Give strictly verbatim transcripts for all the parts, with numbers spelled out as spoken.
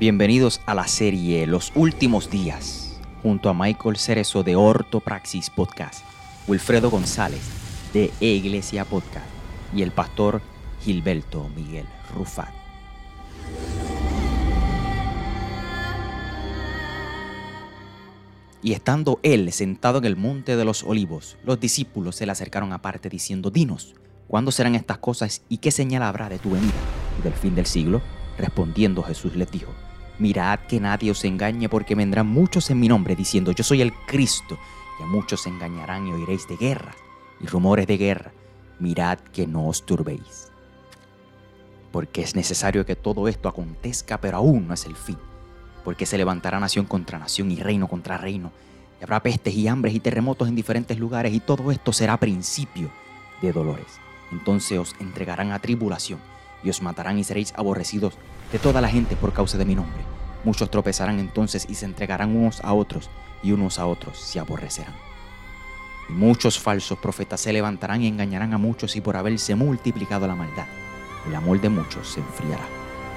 Bienvenidos a la serie Los Últimos Días, junto a Michael Cerezo de Ortopraxis Podcast, Wilfredo González de E-Iglesia Podcast y el pastor Gilberto Miguel Rufat. Y estando él sentado en el monte de los olivos, los discípulos se le acercaron aparte diciendo: Dinos, ¿cuándo serán estas cosas y qué señal habrá de tu venida y del fin del siglo? Respondiendo Jesús les dijo: Mirad que nadie os engañe, porque vendrán muchos en mi nombre diciendo: Yo soy el Cristo, y a muchos se engañarán y oiréis de guerras y rumores de guerra. Mirad que no os turbéis, porque es necesario que todo esto acontezca, pero aún no es el fin. Porque se levantará nación contra nación y reino contra reino, y habrá pestes y hambres y terremotos en diferentes lugares, y todo esto será principio de dolores. Entonces os entregarán a tribulación, y os matarán y seréis aborrecidos de toda la gente por causa de mi nombre. Muchos tropezarán entonces y se entregarán unos a otros, y unos a otros se aborrecerán. Y muchos falsos profetas se levantarán y engañarán a muchos, y por haberse multiplicado la maldad, el amor de muchos se enfriará.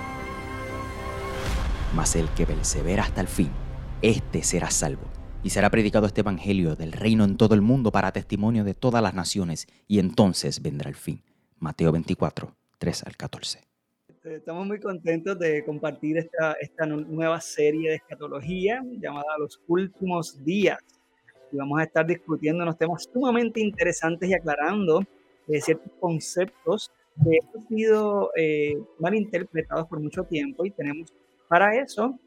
Mas el que persevera hasta el fin, éste será salvo. Y será predicado este evangelio del reino en todo el mundo para testimonio de todas las naciones, y entonces vendrá el fin. Mateo veinticuatro, tres al catorce. Estamos muy contentos de compartir esta, esta nueva serie de escatología llamada Los Últimos Días. Y vamos a estar discutiendo unos temas sumamente interesantes y aclarando eh, ciertos conceptos que han sido eh, mal interpretados por mucho tiempo, y tenemos para eso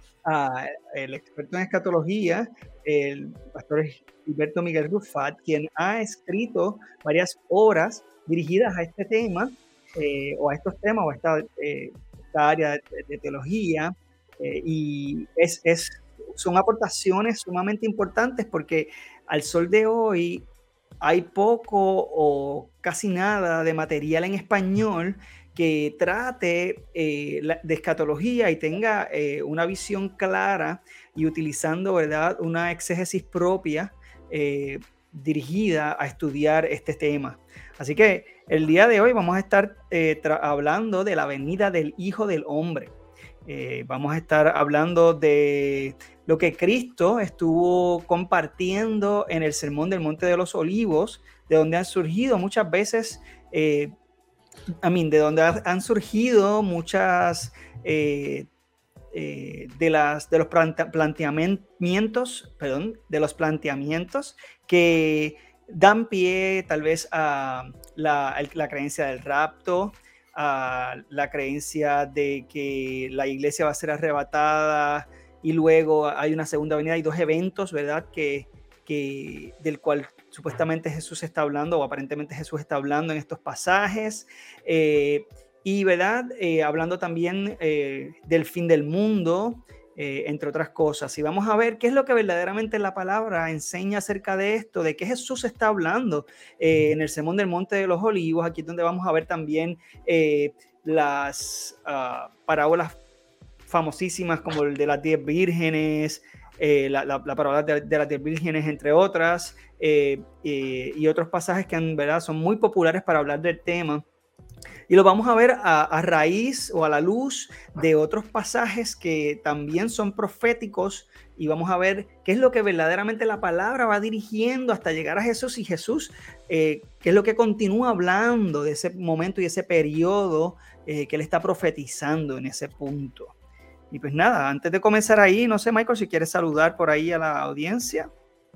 a el experto en escatología, el pastor Gilberto Miguel Rufat, quien ha escrito varias obras dirigidas a este tema, eh, o a estos temas, o a esta, eh, esta área de, de teología, eh, y es, es, son aportaciones sumamente importantes porque al sol de hoy hay poco o casi nada de material en español que trate eh, la, de escatología y tenga eh, una visión clara y utilizando, ¿verdad?, una exégesis propia eh, dirigida a estudiar este tema. Así que el día de hoy vamos a estar eh, hablando de la venida del Hijo del Hombre. Eh, vamos a estar hablando de lo que Cristo estuvo compartiendo en el Sermón del Monte de los Olivos, de donde han surgido muchas veces... Eh, I mean, de donde han surgido muchas eh, eh, de, las, de los planteamientos, perdón, de los planteamientos que dan pie tal vez a la, la creencia del rapto, a la creencia de que la iglesia va a ser arrebatada y luego hay una segunda venida. Hay dos eventos, ¿verdad?, que, que, del cual supuestamente Jesús está hablando, o aparentemente Jesús está hablando en estos pasajes, eh, y verdad, eh, hablando también eh, del fin del mundo, eh, entre otras cosas. Y vamos a ver qué es lo que verdaderamente la palabra enseña acerca de esto, de qué Jesús está hablando eh, en el Sermón del Monte de los Olivos. Aquí es donde vamos a ver también eh, las uh, parábolas famosísimas como el de las diez vírgenes, Eh, la, la, la parábola de, de las diez vírgenes, entre otras, eh, eh, y otros pasajes que en verdad son muy populares para hablar del tema. Y lo vamos a ver a, a raíz o a la luz de otros pasajes que también son proféticos, y vamos a ver qué es lo que verdaderamente la palabra va dirigiendo hasta llegar a Jesús, y Jesús, eh, qué es lo que continúa hablando de ese momento y ese periodo eh, que él está profetizando en ese punto. Y pues nada, antes de comenzar ahí, no sé, Michael, si quieres saludar por ahí a la audiencia.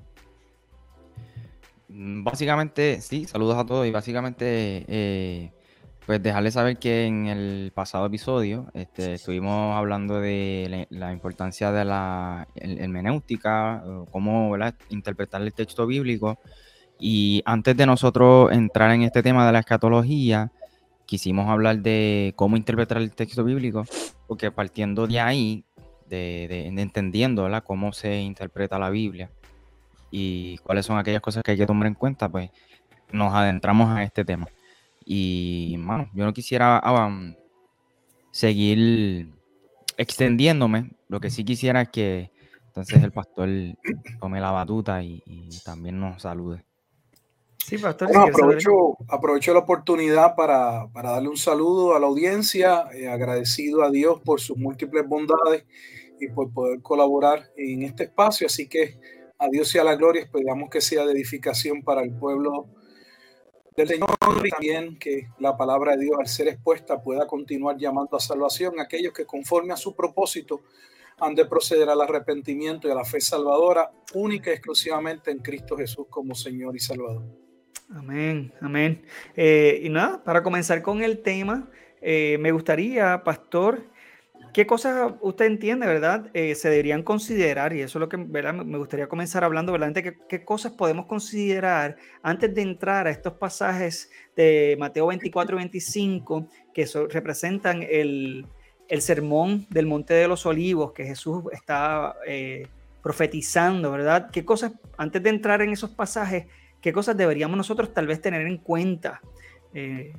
Básicamente, sí, saludos a todos, y básicamente, eh, pues dejarles saber que en el pasado episodio este, estuvimos hablando de la, la importancia de la hermenéutica, cómo, ¿verdad?, interpretar el texto bíblico. Y antes de nosotros entrar en este tema de la escatología, quisimos hablar de cómo interpretar el texto bíblico, porque partiendo de ahí, de, de, de entendiendo, ¿verdad?, cómo se interpreta la Biblia y cuáles son aquellas cosas que hay que tomar en cuenta, pues nos adentramos a este tema. Y, mano, yo no quisiera um, seguir extendiéndome. Lo que sí quisiera es que entonces el pastor tome la batuta y, y también nos salude. Sí, pastor, si Bueno, quieres saber. aprovecho, aprovecho la oportunidad para, para darle un saludo a la audiencia, eh, agradecido a Dios por sus múltiples bondades y por poder colaborar en este espacio. Así que a Dios sea la gloria, esperamos que sea de edificación para el pueblo del Señor y también que la palabra de Dios, al ser expuesta, pueda continuar llamando a salvación a aquellos que conforme a su propósito han de proceder al arrepentimiento y a la fe salvadora, única y exclusivamente en Cristo Jesús como Señor y Salvador. Amén, amén. Eh, y nada, para comenzar con el tema, eh, me gustaría, pastor, ¿qué cosas usted entiende, verdad? Eh, se deberían considerar, y eso es lo que, ¿verdad? Me gustaría comenzar hablando, ¿verdad? ¿Qué, qué cosas podemos considerar antes de entrar a estos pasajes de Mateo veinticuatro y veinticinco que so, representan el, el sermón del Monte de los Olivos que Jesús está eh, profetizando, ¿verdad? ¿Qué cosas, antes de entrar en esos pasajes, qué cosas deberíamos nosotros tal vez tener en cuenta? Eh,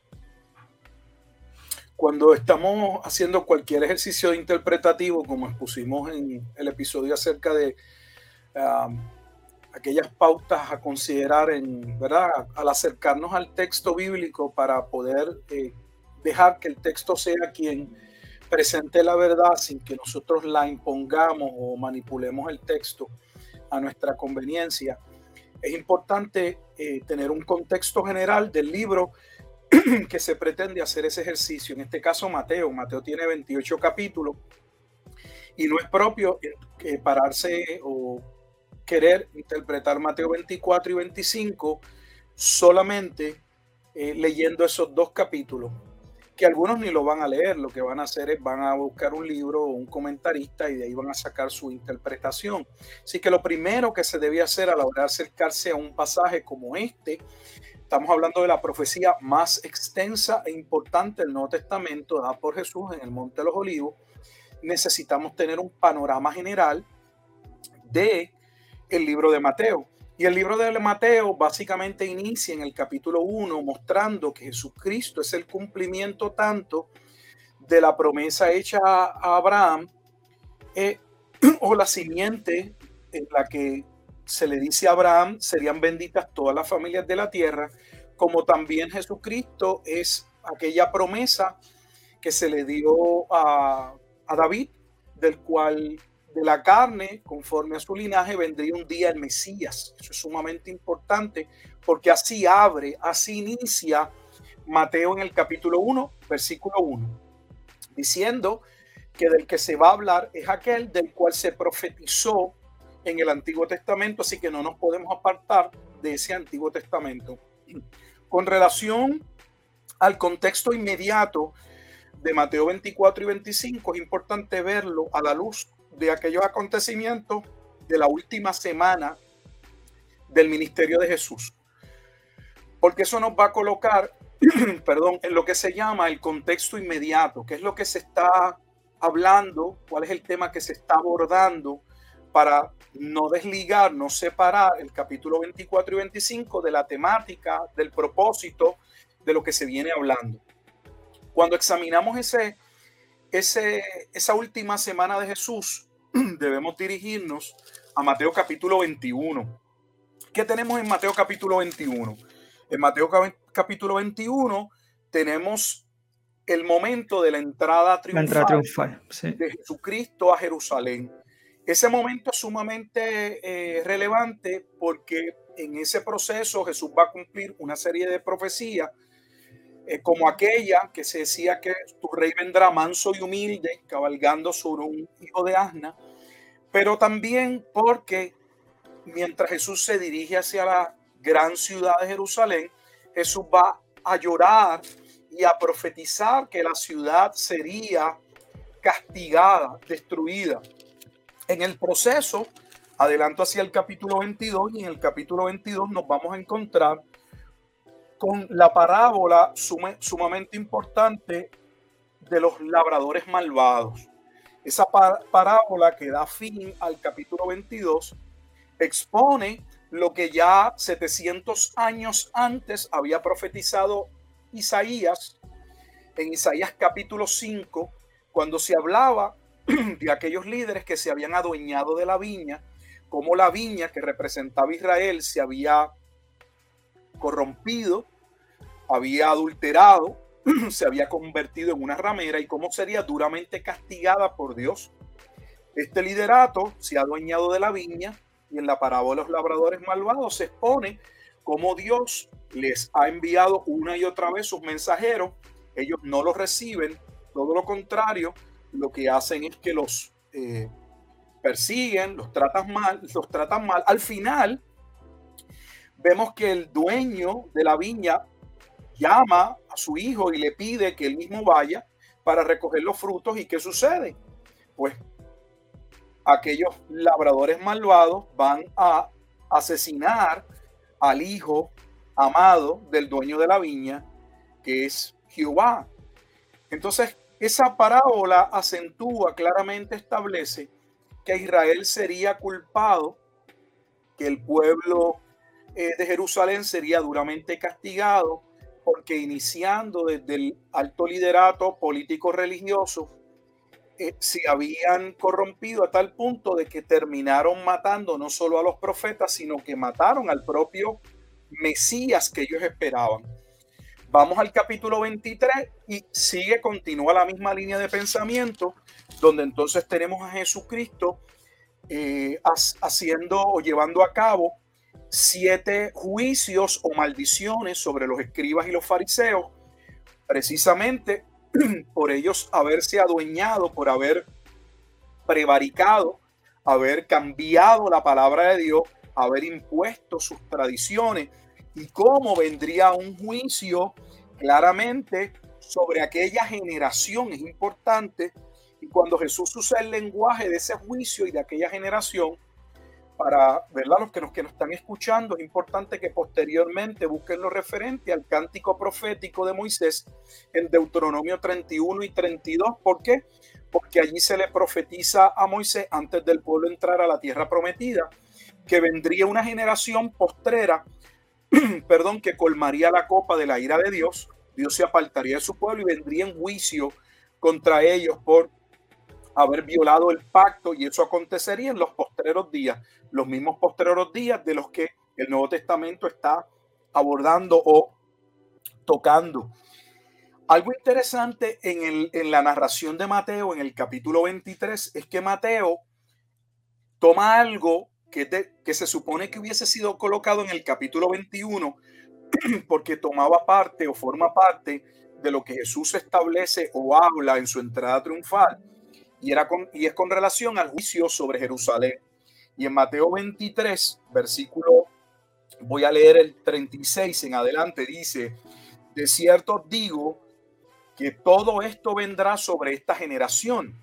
Cuando estamos haciendo cualquier ejercicio interpretativo, como expusimos en el episodio acerca de um, aquellas pautas a considerar en, ¿verdad? Al acercarnos al texto bíblico para poder eh, dejar que el texto sea quien presente la verdad sin que nosotros la impongamos o manipulemos el texto a nuestra conveniencia. Es importante eh, tener un contexto general del libro que se pretende hacer ese ejercicio. En este caso Mateo, Mateo tiene veintiocho capítulos y no es propio eh, pararse o querer interpretar Mateo veinticuatro y veinticinco solamente eh, leyendo esos dos capítulos, que algunos ni lo van a leer, lo que van a hacer es van a buscar un libro o un comentarista y de ahí van a sacar su interpretación. Así que lo primero que se debe hacer a la hora de acercarse a un pasaje como este, estamos hablando de la profecía más extensa e importante del Nuevo Testamento dada por Jesús en el Monte de los Olivos. Necesitamos tener un panorama general de el libro de Mateo. Y el libro de Mateo básicamente inicia en el capítulo uno mostrando que Jesucristo es el cumplimiento tanto de la promesa hecha a Abraham eh, o la simiente en la que se le dice a Abraham serían benditas todas las familias de la tierra, como también Jesucristo es aquella promesa que se le dio a, a David, del cual de la carne, conforme a su linaje, vendría un día el Mesías. Eso es sumamente importante porque así abre, así inicia Mateo en el capítulo uno, versículo uno, diciendo que del que se va a hablar es aquel del cual se profetizó en el Antiguo Testamento, así que no nos podemos apartar de ese Antiguo Testamento. Con relación al contexto inmediato de Mateo veinticuatro y veinticinco, es importante verlo a la luz de aquellos acontecimientos de la última semana del ministerio de Jesús, porque eso nos va a colocar perdón, en lo que se llama el contexto inmediato, que es lo que se está hablando, cuál es el tema que se está abordando, para no desligar, no separar el capítulo veinticuatro y veinticinco de la temática, del propósito de lo que se viene hablando. Cuando examinamos ese, ese, esa última semana de Jesús, debemos dirigirnos a Mateo capítulo veintiuno. ¿Qué tenemos en Mateo capítulo veintiuno? En Mateo capítulo veintiuno tenemos el momento de la entrada triunfal, la entrada triunfal sí. de Jesucristo a Jerusalén. Ese momento es sumamente eh, relevante porque en ese proceso Jesús va a cumplir una serie de profecías eh, como aquella que se decía que tu rey vendrá manso y humilde, cabalgando sobre un hijo de asna, pero también porque mientras Jesús se dirige hacia la gran ciudad de Jerusalén, Jesús va a llorar y a profetizar que la ciudad sería castigada, destruida. En el proceso, adelanto hacia el capítulo veintidós, y en el capítulo veintidós nos vamos a encontrar con la parábola suma, sumamente importante de los labradores malvados. Esa par- parábola que da fin al capítulo veintidós expone lo que ya setecientos años antes había profetizado Isaías, en Isaías capítulo cinco, cuando se hablaba de aquellos líderes que se habían adueñado de la viña, como la viña que representaba a Israel se había corrompido, había adulterado, se había convertido en una ramera y cómo sería duramente castigada por Dios. Este liderato se ha adueñado de la viña y en la parábola de los labradores malvados se expone cómo Dios les ha enviado una y otra vez sus mensajeros. Ellos no los reciben, todo lo contrario, lo que hacen es que los eh, persiguen, los tratan mal, los tratan mal. Al final, vemos que el dueño de la viña llama a su hijo y le pide que él mismo vaya para recoger los frutos. ¿Y qué sucede? Pues aquellos labradores malvados van a asesinar al hijo amado del dueño de la viña, que es Jehová. Entonces, esa parábola acentúa, claramente establece que Israel sería culpado, que el pueblo eh, de Jerusalén sería duramente castigado, porque iniciando desde el alto liderato político-religioso, eh, se habían corrompido a tal punto de que terminaron matando no solo a los profetas, sino que mataron al propio Mesías que ellos esperaban. Vamos al capítulo veintitrés y sigue, continúa la misma línea de pensamiento, donde entonces tenemos a Jesucristo eh, haciendo o llevando a cabo siete juicios o maldiciones sobre los escribas y los fariseos, precisamente por ellos haberse adueñado, por haber prevaricado, haber cambiado la palabra de Dios, haber impuesto sus tradiciones, y cómo vendría un juicio claramente sobre aquella generación. Es importante, y cuando Jesús usa el lenguaje de ese juicio y de aquella generación, para, ¿verdad?, los que nos, que nos están escuchando, es importante que posteriormente busquen lo referente al cántico profético de Moisés en Deuteronomio treinta y uno y treinta y dos. ¿Por qué? Porque allí se le profetiza a Moisés, antes del pueblo entrar a la tierra prometida, que vendría una generación postrera, perdón, que colmaría la copa de la ira de Dios. Dios se apartaría de su pueblo y vendría en juicio contra ellos por haber violado el pacto, y eso acontecería en los postreros días, los mismos postreros días de los que el Nuevo Testamento está abordando o tocando. Algo interesante en, el, en la narración de Mateo, en el capítulo veintitrés, es que Mateo toma algo que, de, que se supone que hubiese sido colocado en el capítulo veintiuno, porque tomaba parte o forma parte de lo que Jesús establece o habla en su entrada triunfal, y, era con, y es con relación al juicio sobre Jerusalén. Y en Mateo veintitrés, versículo, voy a leer el treinta y seis en adelante, dice: de cierto os digo que todo esto vendrá sobre esta generación.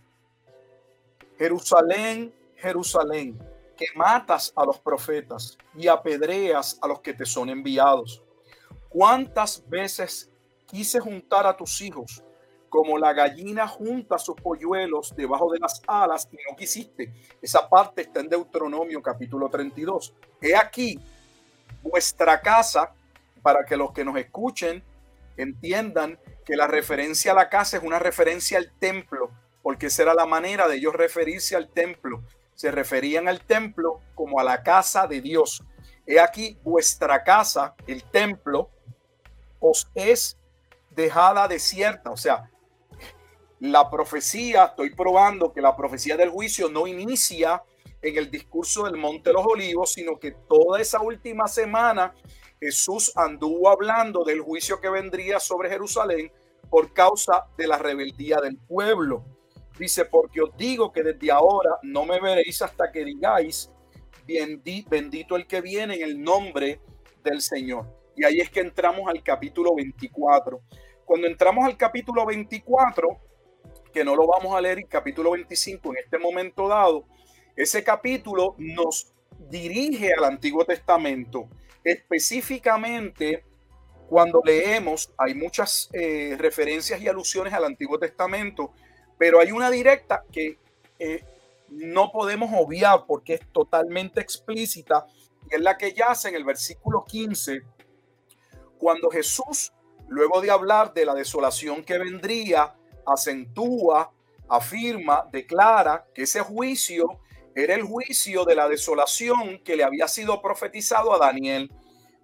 Jerusalén, Jerusalén, que matas a los profetas y apedreas a los que te son enviados. ¿Cuántas veces quise juntar a tus hijos como la gallina junta sus polluelos debajo de las alas y no quisiste? Esa parte está en Deuteronomio capítulo treinta y dos. He aquí vuestra casa, para que los que nos escuchen entiendan que la referencia a la casa es una referencia al templo, porque esa era la manera de ellos referirse al templo. Se referían al templo como a la casa de Dios. He aquí vuestra casa, el templo, os es dejada desierta. O sea, la profecía, estoy probando que la profecía del juicio no inicia en el discurso del Monte de los Olivos, sino que toda esa última semana Jesús anduvo hablando del juicio que vendría sobre Jerusalén por causa de la rebeldía del pueblo. Dice: porque os digo que desde ahora no me veréis hasta que digáis, bendito el que viene en el nombre del Señor. Y ahí es que entramos al capítulo veinticuatro. Cuando entramos al capítulo veinticuatro, que no lo vamos a leer, el capítulo veinticinco en este momento dado, ese capítulo nos dirige al Antiguo Testamento. Específicamente, cuando leemos, hay muchas eh, referencias y alusiones al Antiguo Testamento, pero hay una directa que eh, no podemos obviar porque es totalmente explícita, y es la que yace en el versículo quince, cuando Jesús, luego de hablar de la desolación que vendría, acentúa, afirma, declara que ese juicio era el juicio de la desolación que le había sido profetizado a Daniel.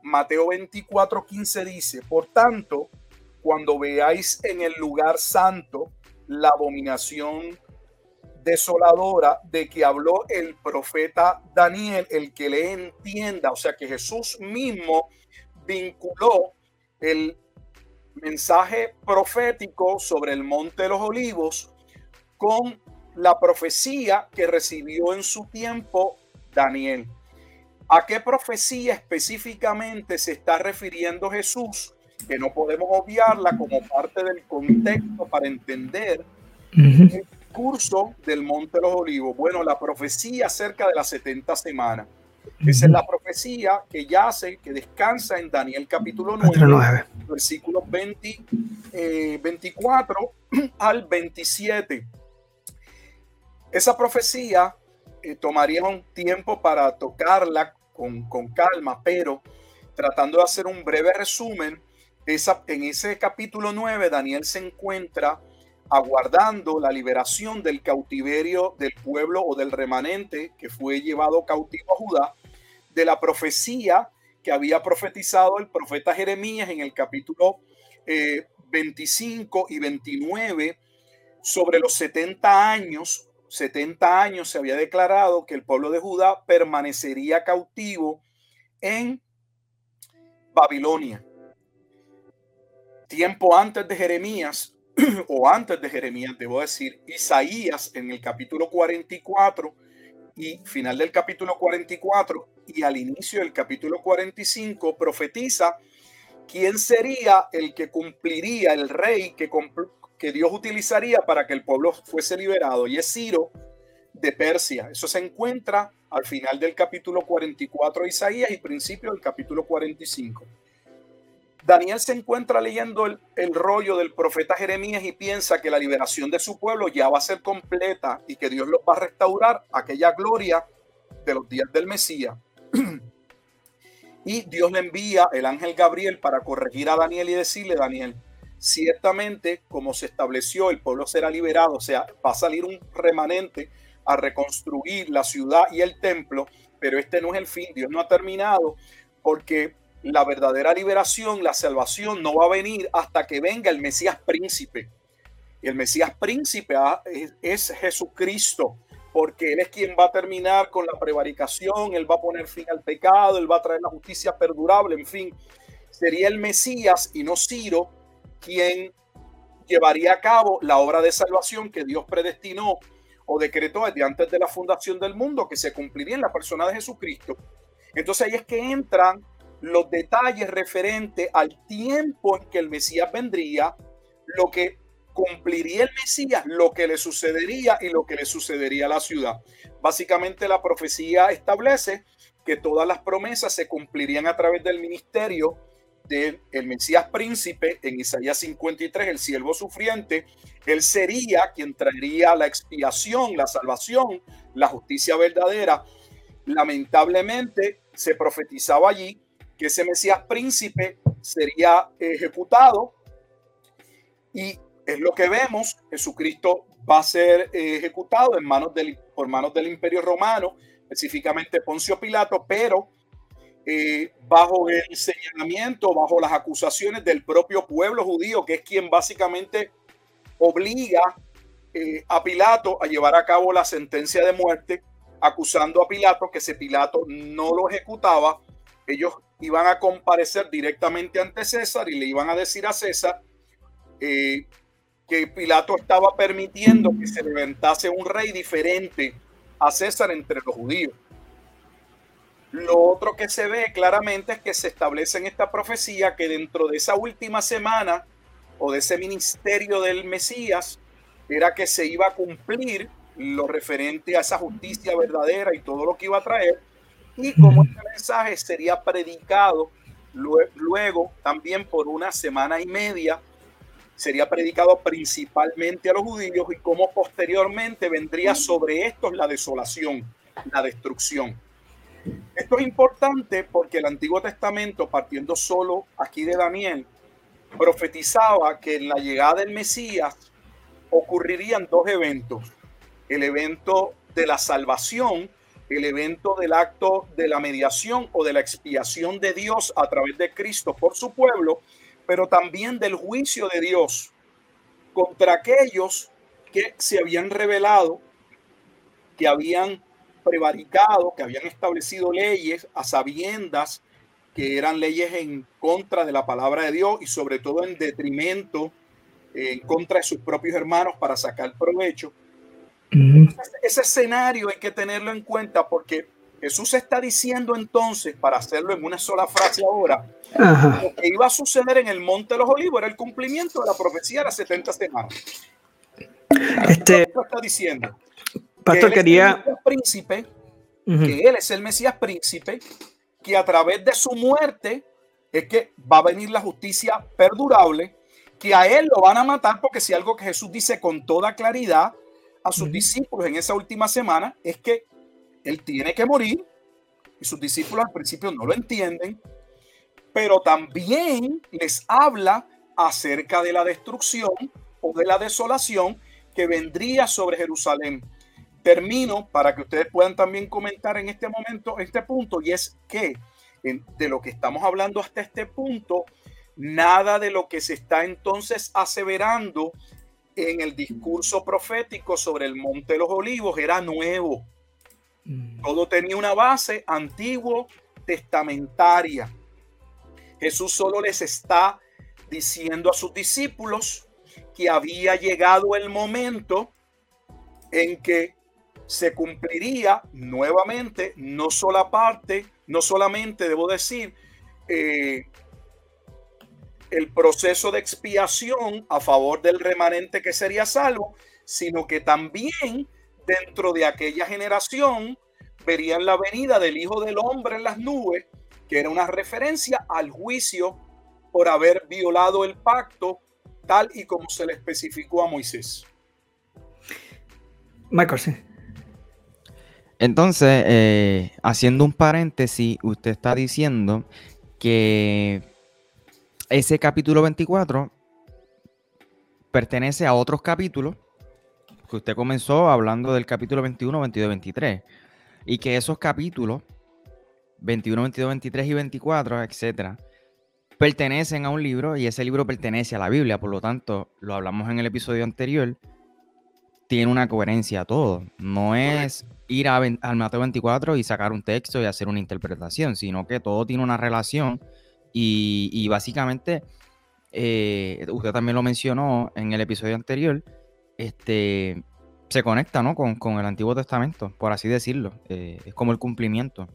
Mateo veinticuatro quince dice: por tanto, cuando veáis en el lugar santo la abominación desoladora de que habló el profeta Daniel, el que le entienda. O sea que Jesús mismo vinculó el mensaje profético sobre el Monte de los Olivos con la profecía que recibió en su tiempo Daniel. ¿A qué profecía específicamente se está refiriendo Jesús? Que no podemos obviarla como parte del contexto para entender uh-huh. el curso del Monte de los Olivos. Bueno, la profecía acerca de las setenta semanas. Uh-huh. Esa es la profecía que yace, que descansa en Daniel capítulo nueve, versículos veinte, eh, veinticuatro al veintisiete. Esa profecía eh, tomaría un tiempo para tocarla con, con calma, pero tratando de hacer un breve resumen, esa, en ese capítulo nueve Daniel se encuentra aguardando la liberación del cautiverio del pueblo o del remanente que fue llevado cautivo a Judá, de la profecía que había profetizado el profeta Jeremías en el capítulo eh, veinticinco y veintinueve sobre los setenta años. setenta años se había declarado que el pueblo de Judá permanecería cautivo en Babilonia. Tiempo antes de Jeremías, o antes de Jeremías, debo decir, Isaías en el capítulo cuarenta y cuatro y final del capítulo cuarenta y cuatro y al inicio del capítulo cuarenta y cinco profetiza quién sería el que cumpliría, el rey que, que Dios utilizaría para que el pueblo fuese liberado, y es Ciro de Persia. Eso se encuentra al final del capítulo cuarenta y cuatro de Isaías y principio del capítulo cuarenta y cinco. Daniel se encuentra leyendo el, el rollo del profeta Jeremías y piensa que la liberación de su pueblo ya va a ser completa y que Dios los va a restaurar aquella gloria de los días del Mesías. Y Dios le envía el ángel Gabriel para corregir a Daniel y decirle: Daniel, ciertamente como se estableció, el pueblo será liberado, o sea, va a salir un remanente a reconstruir la ciudad y el templo, pero este no es el fin. Dios no ha terminado, porque la verdadera liberación, la salvación, no va a venir hasta que venga el Mesías príncipe. Y el Mesías príncipe es, es Jesucristo, porque Él es quien va a terminar con la prevaricación, Él va a poner fin al pecado, Él va a traer la justicia perdurable, en fin. Sería el Mesías y no Ciro quien llevaría a cabo la obra de salvación que Dios predestinó o decretó desde antes de la fundación del mundo, que se cumpliría en la persona de Jesucristo. Entonces ahí es que entran los detalles referentes al tiempo en que el Mesías vendría, lo que cumpliría el Mesías, lo que le sucedería y lo que le sucedería a la ciudad. Básicamente la profecía establece que todas las promesas se cumplirían a través del ministerio del Mesías príncipe. En Isaías cincuenta y tres, el siervo sufriente, él sería quien traería la expiación, la salvación, la justicia verdadera. Lamentablemente se profetizaba allí que ese Mesías príncipe sería ejecutado, y es lo que vemos. Jesucristo va a ser ejecutado en manos del, por manos del Imperio Romano, específicamente Poncio Pilato, pero eh, bajo el señalamiento, bajo las acusaciones del propio pueblo judío, que es quien básicamente obliga eh, a Pilato a llevar a cabo la sentencia de muerte, acusando a Pilato que si Pilato no lo ejecutaba, ellos iban a comparecer directamente ante César y le iban a decir a César eh, que Pilato estaba permitiendo que se levantase un rey diferente a César entre los judíos. Lo otro que se ve claramente es que se establece en esta profecía que dentro de esa última semana o de ese ministerio del Mesías era que se iba a cumplir lo referente a esa justicia verdadera y todo lo que iba a traer. Y como este mensaje sería predicado luego también por una semana y media, sería predicado principalmente a los judíos, y como posteriormente vendría sobre estos la desolación, la destrucción. Esto es importante porque el Antiguo Testamento, partiendo solo aquí de Daniel, profetizaba que en la llegada del Mesías ocurrirían dos eventos: el evento de la salvación, el evento del acto de la mediación o de la expiación de Dios a través de Cristo por su pueblo, pero también del juicio de Dios contra aquellos que se habían rebelado, que habían prevaricado, que habían establecido leyes a sabiendas que eran leyes en contra de la palabra de Dios y sobre todo en detrimento, eh, en contra de sus propios hermanos para sacar provecho. Entonces, ese escenario hay que tenerlo en cuenta porque Jesús está diciendo entonces, para hacerlo en una sola frase ahora, Ajá. lo que iba a suceder en el Monte de los Olivos era el cumplimiento de la profecía de las setenta semanas. Este, está diciendo Pastor, que él quería... es el Mesías príncipe, uh-huh. que él es el Mesías príncipe, que a través de su muerte es que va a venir la justicia perdurable, que a él lo van a matar, porque si algo que Jesús dice con toda claridad a sus uh-huh. discípulos en esa última semana es que él tiene que morir, y sus discípulos al principio no lo entienden, pero también les habla acerca de la destrucción o de la desolación que vendría sobre Jerusalén. Termino para que ustedes puedan también comentar en este momento, este punto, y es que de lo que estamos hablando hasta este punto, nada de lo que se está entonces aseverando en el discurso profético sobre el Monte de los Olivos era nuevo. Todo tenía una base antiguo testamentaria. Jesús solo les está diciendo a sus discípulos que había llegado el momento en que se cumpliría nuevamente, no sola parte, no solamente, debo decir, eh, el proceso de expiación a favor del remanente que sería salvo, sino que también dentro de aquella generación verían la venida del Hijo del Hombre en las nubes, que era una referencia al juicio por haber violado el pacto tal y como se le especificó a Moisés. Michael, sí. Entonces, eh, haciendo un paréntesis, usted está diciendo que ese capítulo veinticuatro pertenece a otros capítulos, que usted comenzó hablando del capítulo veintiuno, veintidós, veintitrés, y que esos capítulos, veintiuno, veintidós, veintitrés y veinticuatro, etcétera, pertenecen a un libro y ese libro pertenece a la Biblia, por lo tanto, lo hablamos en el episodio anterior, tiene una coherencia a todo. No es ir a, al Mateo veinticuatro y sacar un texto y hacer una interpretación, sino que todo tiene una relación y, y básicamente, eh, usted también lo mencionó en el episodio anterior, este, se conecta, ¿no? con, con el Antiguo Testamento, por así decirlo. Eh, es como el cumplimiento.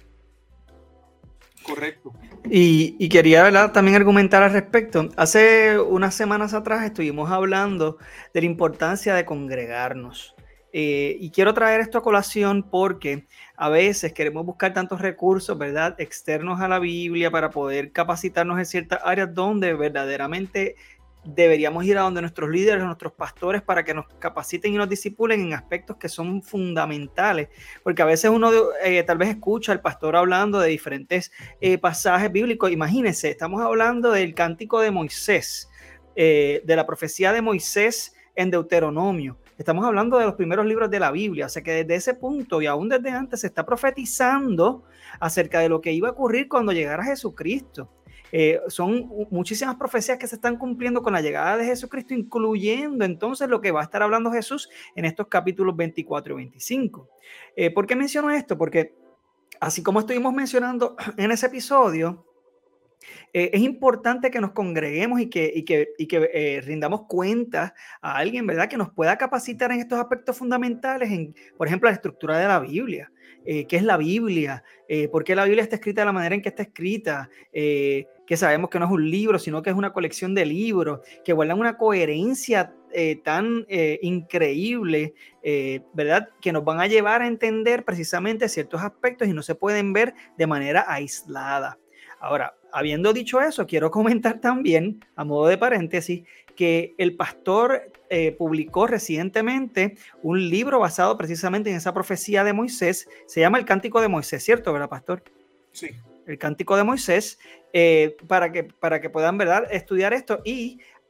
Correcto. Y, y quería, ¿verdad?, también argumentar al respecto. Hace unas semanas atrás estuvimos hablando de la importancia de congregarnos. Eh, y quiero traer esto a colación porque a veces queremos buscar tantos recursos, ¿verdad?, externos a la Biblia para poder capacitarnos en ciertas áreas donde verdaderamente deberíamos ir a donde nuestros líderes, nuestros pastores, para que nos capaciten y nos discipulen en aspectos que son fundamentales, porque a veces uno eh, tal vez escucha al pastor hablando de diferentes eh, pasajes bíblicos. Imagínense, estamos hablando del cántico de Moisés, eh, de la profecía de Moisés en Deuteronomio. Estamos hablando de los primeros libros de la Biblia, o sea que desde ese punto y aún desde antes se está profetizando acerca de lo que iba a ocurrir cuando llegara Jesucristo. Eh, son muchísimas profecías que se están cumpliendo con la llegada de Jesucristo, incluyendo entonces lo que va a estar hablando Jesús en estos capítulos veinticuatro y veinticinco. Eh, ¿Por qué menciono esto? Porque así como estuvimos mencionando en ese episodio, eh, es importante que nos congreguemos y que, y que, y que eh, rindamos cuentas a alguien, ¿verdad?, que nos pueda capacitar en estos aspectos fundamentales, en, por ejemplo, la estructura de la Biblia. Eh, ¿Qué es la Biblia? Eh, ¿Por qué la Biblia está escrita de la manera en que está escrita? Eh, que sabemos que no es un libro, sino que es una colección de libros que guardan una coherencia eh, tan eh, increíble, eh, ¿verdad?, que nos van a llevar a entender precisamente ciertos aspectos y no se pueden ver de manera aislada. Ahora, habiendo dicho eso, quiero comentar también, a modo de paréntesis, que el pastor eh, publicó recientemente un libro basado precisamente en esa profecía de Moisés. Se llama El Cántico de Moisés, ¿cierto, verdad, pastor? Sí. El Cántico de Moisés, eh, para que, para que puedan, ¿verdad?, estudiar esto. Y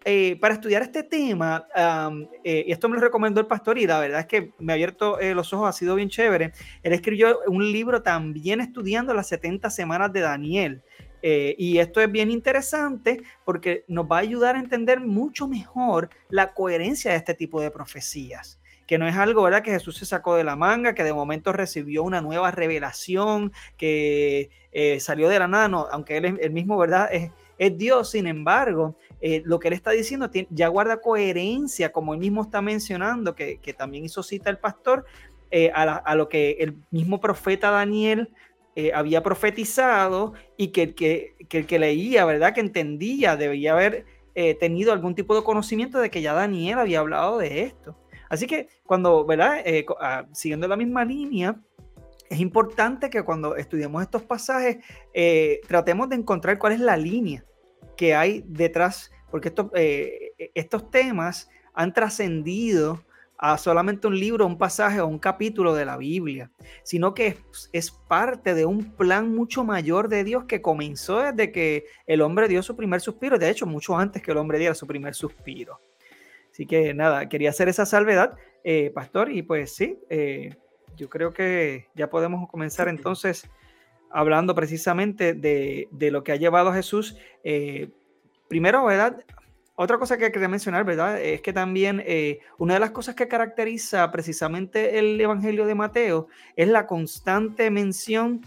eh, para estudiar este tema, um, eh, y esto me lo recomendó el pastor y la verdad es que me ha abierto eh, los ojos, ha sido bien chévere. Él escribió un libro también estudiando las setenta semanas de Daniel. Eh, y esto es bien interesante porque nos va a ayudar a entender mucho mejor la coherencia de este tipo de profecías, que no es algo, ¿verdad?, que Jesús se sacó de la manga, que de momento recibió una nueva revelación, que eh, salió de la nada, no, aunque él, él mismo, ¿verdad?, es, es Dios. Sin embargo, eh, lo que él está diciendo tiene, ya guarda coherencia, como él mismo está mencionando, que, que también hizo cita el pastor, eh, a, la, a lo que el mismo profeta Daniel Eh, había profetizado, y que el que, que, el que leía, ¿verdad?, que entendía, debía haber eh, tenido algún tipo de conocimiento de que ya Daniel había hablado de esto. Así que cuando, ¿verdad?, eh, ah, siguiendo la misma línea, es importante que cuando estudiemos estos pasajes eh, tratemos de encontrar cuál es la línea que hay detrás, porque estos, eh, estos temas han trascendido a solamente un libro, un pasaje o un capítulo de la Biblia, sino que es, es parte de un plan mucho mayor de Dios que comenzó desde que el hombre dio su primer suspiro, de hecho mucho antes que el hombre diera su primer suspiro. Así que nada, quería hacer esa salvedad, eh, pastor, y pues sí, eh, yo creo que ya podemos comenzar entonces hablando precisamente de, de lo que ha llevado a Jesús. Eh, primero, ¿verdad?, otra cosa que quería mencionar, ¿verdad?, es que también eh, una de las cosas que caracteriza precisamente el Evangelio de Mateo es la constante mención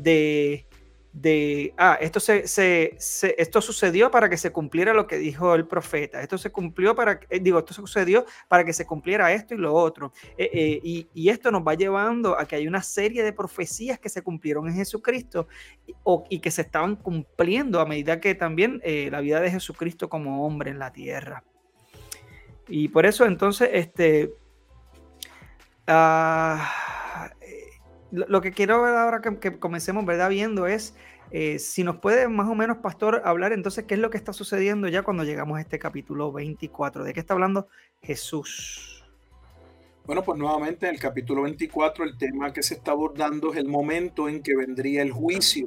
de, de ah, esto, se, se, se, esto sucedió para que se cumpliera lo que dijo el profeta, esto se cumplió para, eh, digo, esto sucedió para que se cumpliera esto y lo otro, eh, eh, y, y esto nos va llevando a que hay una serie de profecías que se cumplieron en Jesucristo y, o, y que se estaban cumpliendo a medida que también eh, la vida de Jesucristo como hombre en la tierra. Y por eso entonces este uh, lo, lo que quiero ver ahora que, que comencemos, ¿verdad?, viendo es eh, si nos puede más o menos, pastor, hablar entonces qué es lo que está sucediendo ya cuando llegamos a este capítulo veinticuatro, de qué está hablando Jesús. Bueno, pues nuevamente en el capítulo veinticuatro el tema que se está abordando es el momento en que vendría el juicio.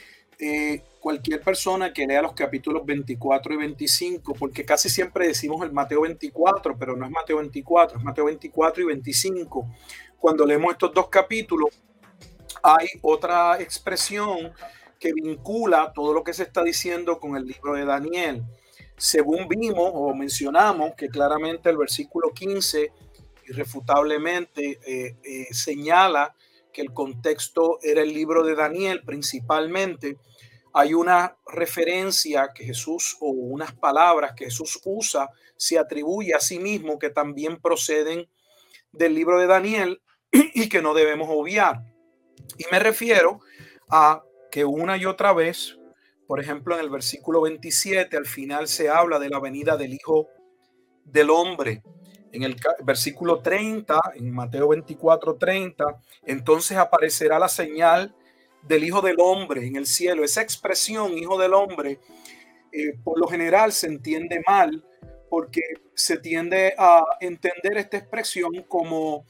Eh, cualquier persona que lea los capítulos veinticuatro y veinticinco, porque casi siempre decimos el Mateo veinticuatro, pero no es Mateo veinticuatro, es Mateo veinticuatro y veinticinco. Cuando leemos estos dos capítulos, hay otra expresión que vincula todo lo que se está diciendo con el libro de Daniel. Según vimos o mencionamos que claramente el versículo quince irrefutablemente eh, eh, señala que el contexto era el libro de Daniel principalmente. Hay una referencia que Jesús, o unas palabras que Jesús usa, se atribuye a sí mismo, que también proceden del libro de Daniel y que no debemos obviar. Y me refiero a que una y otra vez, por ejemplo, en el versículo veintisiete, al final se habla de la venida del Hijo del Hombre. En el versículo treinta, en Mateo veinticuatro, treinta, entonces aparecerá la señal del Hijo del Hombre en el cielo. Esa expresión, Hijo del Hombre, eh, por lo general se entiende mal, porque se tiende a entender esta expresión como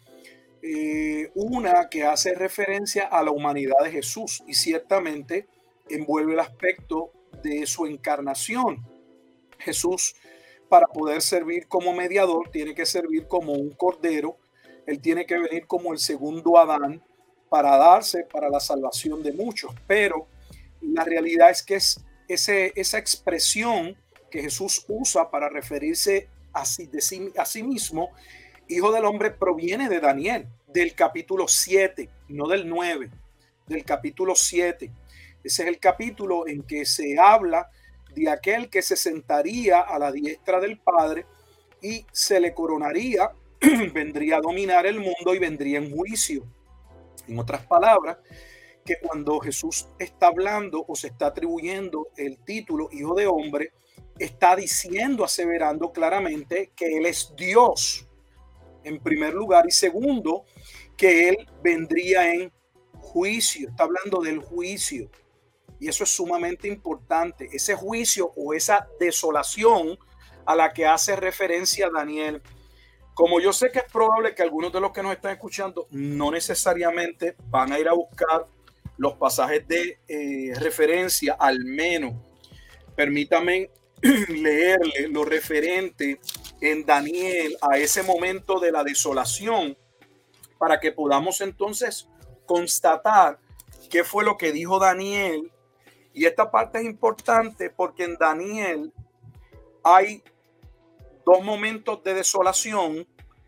eh, una que hace referencia a la humanidad de Jesús, y ciertamente envuelve el aspecto de su encarnación. Jesús, para poder servir como mediador, tiene que servir como un cordero. Él tiene que venir como el segundo Adán para darse para la salvación de muchos. Pero la realidad es que es ese, esa expresión que Jesús usa para referirse a sí, de sí, a sí mismo, Hijo del Hombre, proviene de Daniel, del capítulo siete, no del nueve, del capítulo siete. Ese es el capítulo en que se habla de aquel que se sentaría a la diestra del Padre y se le coronaría, vendría a dominar el mundo y vendría en juicio. En otras palabras, que cuando Jesús está hablando o se está atribuyendo el título Hijo de Hombre, está diciendo, aseverando claramente que Él es Dios, en primer lugar, y segundo, que Él vendría en juicio. Está hablando del juicio. Y eso es sumamente importante, ese juicio o esa desolación a la que hace referencia Daniel. Como yo sé que es probable que algunos de los que nos están escuchando no necesariamente van a ir a buscar los pasajes de eh, referencia, al menos permítame leerle lo referente en Daniel a ese momento de la desolación, para que podamos entonces constatar qué fue lo que dijo Daniel. Y esta parte es importante porque en Daniel hay dos momentos de desolación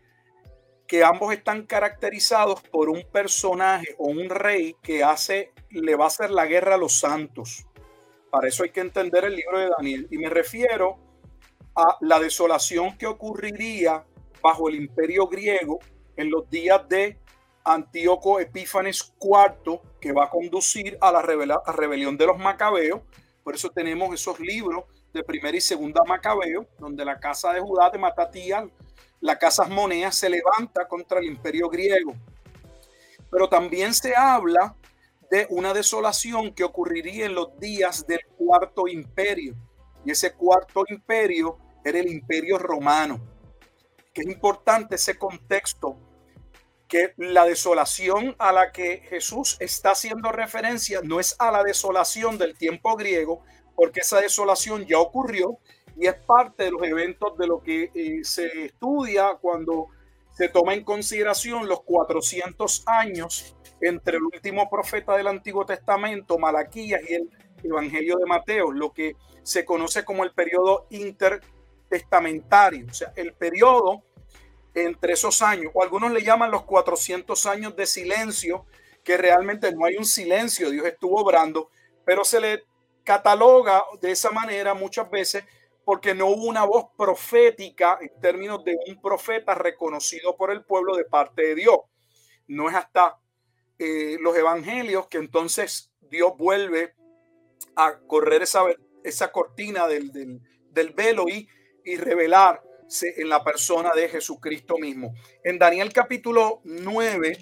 que ambos están caracterizados por un personaje o un rey que hace, le va a hacer la guerra a los santos. Para eso hay que entender el libro de Daniel. Y me refiero a la desolación que ocurriría bajo el imperio griego en los días de Antíoco Epífanes cuarto, que va a conducir a la rebel- a rebelión de los macabeos. Por eso tenemos esos libros de primera y segunda Macabeo, donde la casa de Judá de Matatías, la casa Asmonea, se levanta contra el imperio griego. Pero también se habla de una desolación que ocurriría en los días del cuarto imperio. Y ese cuarto imperio era el imperio romano. Que es importante ese contexto, que la desolación a la que Jesús está haciendo referencia no es a la desolación del tiempo griego, porque esa desolación ya ocurrió y es parte de los eventos de lo que eh, se estudia cuando se toma en consideración los cuatrocientos años entre el último profeta del Antiguo Testamento, Malaquías, y el Evangelio de Mateo, lo que se conoce como el periodo intertestamentario, o sea, el periodo entre esos años, o algunos le llaman los cuatrocientos años de silencio, que realmente no hay un silencio, Dios estuvo obrando, pero se le cataloga de esa manera muchas veces porque no hubo una voz profética en términos de un profeta reconocido por el pueblo de parte de Dios. No es hasta eh, los evangelios que entonces Dios vuelve a correr esa, esa cortina del, del, del velo y, y revelar en la persona de Jesucristo mismo. En Daniel capítulo nueve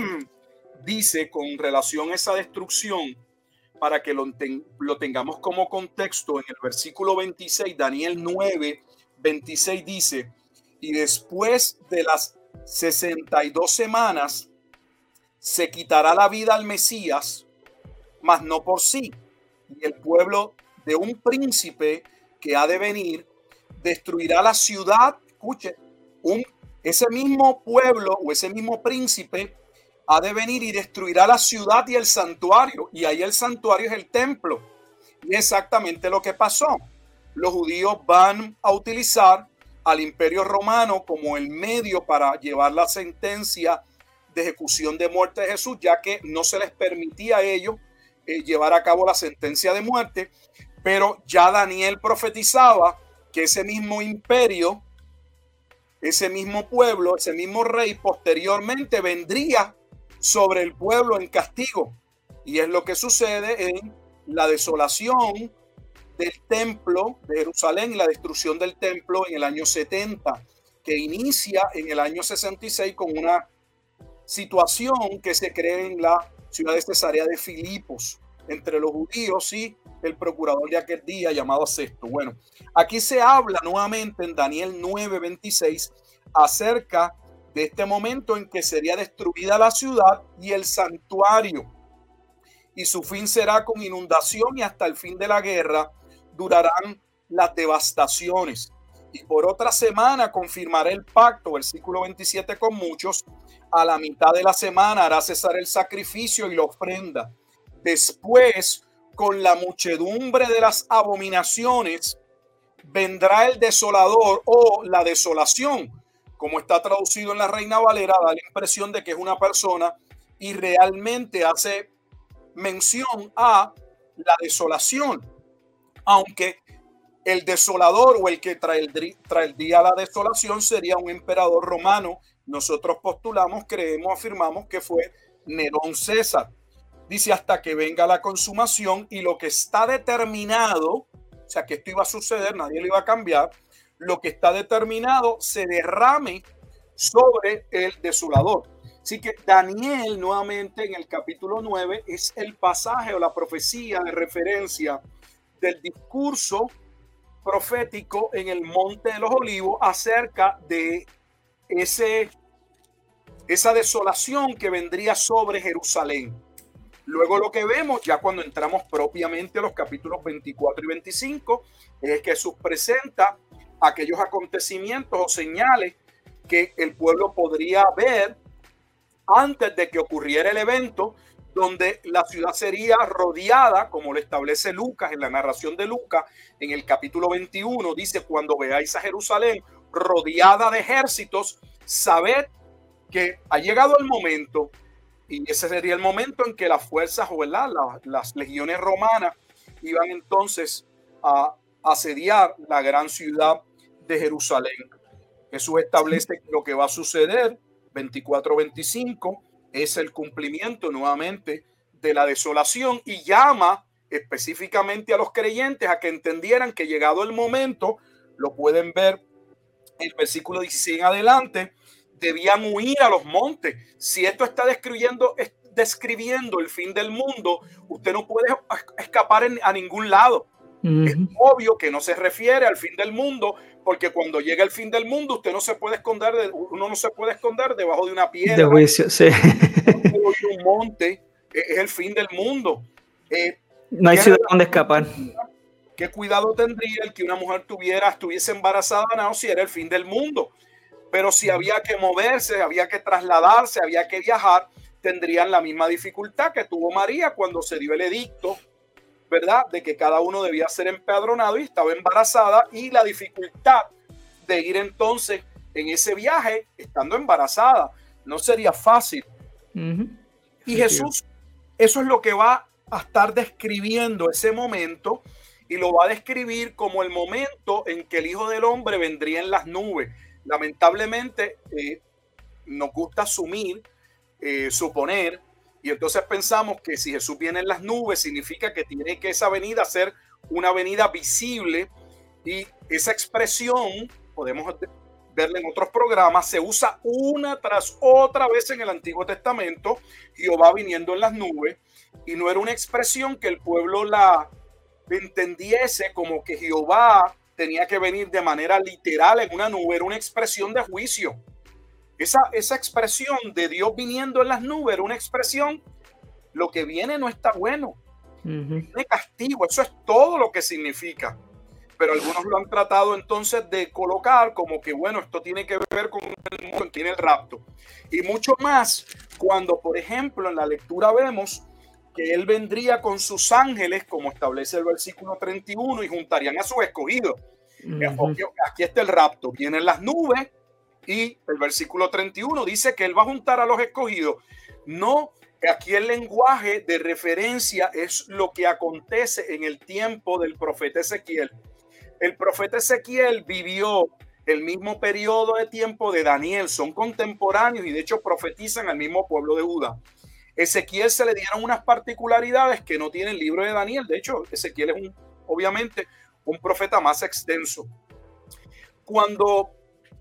dice, con relación a esa destrucción, para que lo, ten, lo tengamos como contexto, en el versículo veintiséis, Daniel nueve, veintiséis dice: y después de las sesenta y dos semanas se quitará la vida al Mesías, mas no por sí, y el pueblo de un príncipe que ha de venir destruirá la ciudad. Escuche, un, ese mismo pueblo o ese mismo príncipe ha de venir y destruirá la ciudad y el santuario. Y ahí el santuario es el templo. Y exactamente lo que pasó. Los judíos van a utilizar al imperio romano como el medio para llevar la sentencia de ejecución de muerte de Jesús, ya que no se les permitía a ellos eh, llevar a cabo la sentencia de muerte. Pero ya Daniel profetizaba que ese mismo imperio, ese mismo pueblo, ese mismo rey posteriormente vendría sobre el pueblo en castigo. Y es lo que sucede en la desolación del templo de Jerusalén y la destrucción del templo en el año setenta, que inicia en el año sesenta y seis con una situación que se crea en la ciudad de Cesarea de Filipos entre los judíos y el procurador de aquel día llamado Sexto. Bueno, aquí se habla nuevamente en Daniel nueve veintiséis acerca de este momento en que sería destruida la ciudad y el santuario, y su fin será con inundación, y hasta el fin de la guerra durarán las devastaciones. Y por otra semana confirmará el pacto, versículo veintisiete, con muchos. A la mitad de la semana hará cesar el sacrificio y la ofrenda. Después, con la muchedumbre de las abominaciones, vendrá el desolador o la desolación. Como está traducido en la Reina Valera, da la impresión de que es una persona y realmente hace mención a la desolación. Aunque el desolador o el que traería la desolación sería un emperador romano. Nosotros postulamos, creemos, afirmamos que fue Nerón César. Dice hasta que venga la consumación, y lo que está determinado, o sea que esto iba a suceder, nadie lo iba a cambiar, lo que está determinado se derrame sobre el desolador. Así que Daniel nuevamente en el capítulo nueve es el pasaje o la profecía de referencia del discurso profético en el Monte de los Olivos acerca de ese, esa desolación que vendría sobre Jerusalén. Luego lo que vemos, ya cuando entramos propiamente a los capítulos veinticuatro y veinticinco, es que Jesús presenta aquellos acontecimientos o señales que el pueblo podría ver antes de que ocurriera el evento, donde la ciudad sería rodeada, como lo establece Lucas en la narración de Lucas, en el capítulo veintiuno, dice: cuando veáis a Jerusalén rodeada de ejércitos, sabed que ha llegado el momento, y ese sería el momento en que las fuerzas, ¿verdad?, las, las legiones romanas iban entonces a asediar la gran ciudad de Jerusalén. Jesús establece que lo que va a suceder veinticuatro veinticinco es el cumplimiento nuevamente de la desolación, y llama específicamente a los creyentes a que entendieran que llegado el momento, lo pueden ver en el versículo dieciséis en adelante, debían huir a los montes. Si esto está describiendo, describiendo el fin del mundo, usted no puede escapar en, a ningún lado. Uh-huh. Es obvio que no se refiere al fin del mundo, porque cuando llega el fin del mundo, usted no se puede esconder, de, uno no se puede esconder debajo de una piedra, de juicio, sí. de un monte. Es el fin del mundo. Eh, no hay ciudad donde escapar. ¿Qué cuidado tendría el que una mujer tuviera, estuviese embarazada no, si era el fin del mundo? Pero si había que moverse, había que trasladarse, había que viajar, tendrían la misma dificultad que tuvo María cuando se dio el edicto, ¿verdad?, de que cada uno debía ser empadronado, y estaba embarazada, y la dificultad de ir entonces en ese viaje estando embarazada no sería fácil. Uh-huh. Y Jesús, eso es lo que va a estar describiendo ese momento, y lo va a describir como el momento en que el Hijo del Hombre vendría en las nubes. Lamentablemente eh, nos gusta asumir, eh, suponer, y entonces pensamos que si Jesús viene en las nubes significa que tiene que esa venida ser una venida visible, y esa expresión podemos verla en otros programas, se usa una tras otra vez en el Antiguo Testamento, Jehová viniendo en las nubes, y no era una expresión que el pueblo la entendiese como que Jehová tenía que venir de manera literal en una nube, era una expresión de juicio. Esa, esa expresión de Dios viniendo en las nubes era una expresión, lo que viene no está bueno, uh-huh. de castigo, eso es todo lo que significa. Pero algunos lo han tratado entonces de colocar como que, bueno, esto tiene que ver con el mundo en que tiene el rapto. Y mucho más cuando, por ejemplo, en la lectura vemos que él vendría con sus ángeles, como establece el versículo treinta y uno, y juntarían a sus escogidos. Uh-huh. Aquí está el rapto, vienen las nubes, y el versículo treinta y uno dice que él va a juntar a los escogidos. No, aquí el lenguaje de referencia es lo que acontece en el tiempo del profeta Ezequiel. El profeta Ezequiel vivió el mismo periodo de tiempo de Daniel, son contemporáneos y de hecho profetizan al mismo pueblo de Judá. Ezequiel se le dieron unas particularidades que no tiene el libro de Daniel. De hecho, Ezequiel es un, obviamente un profeta más extenso. Cuando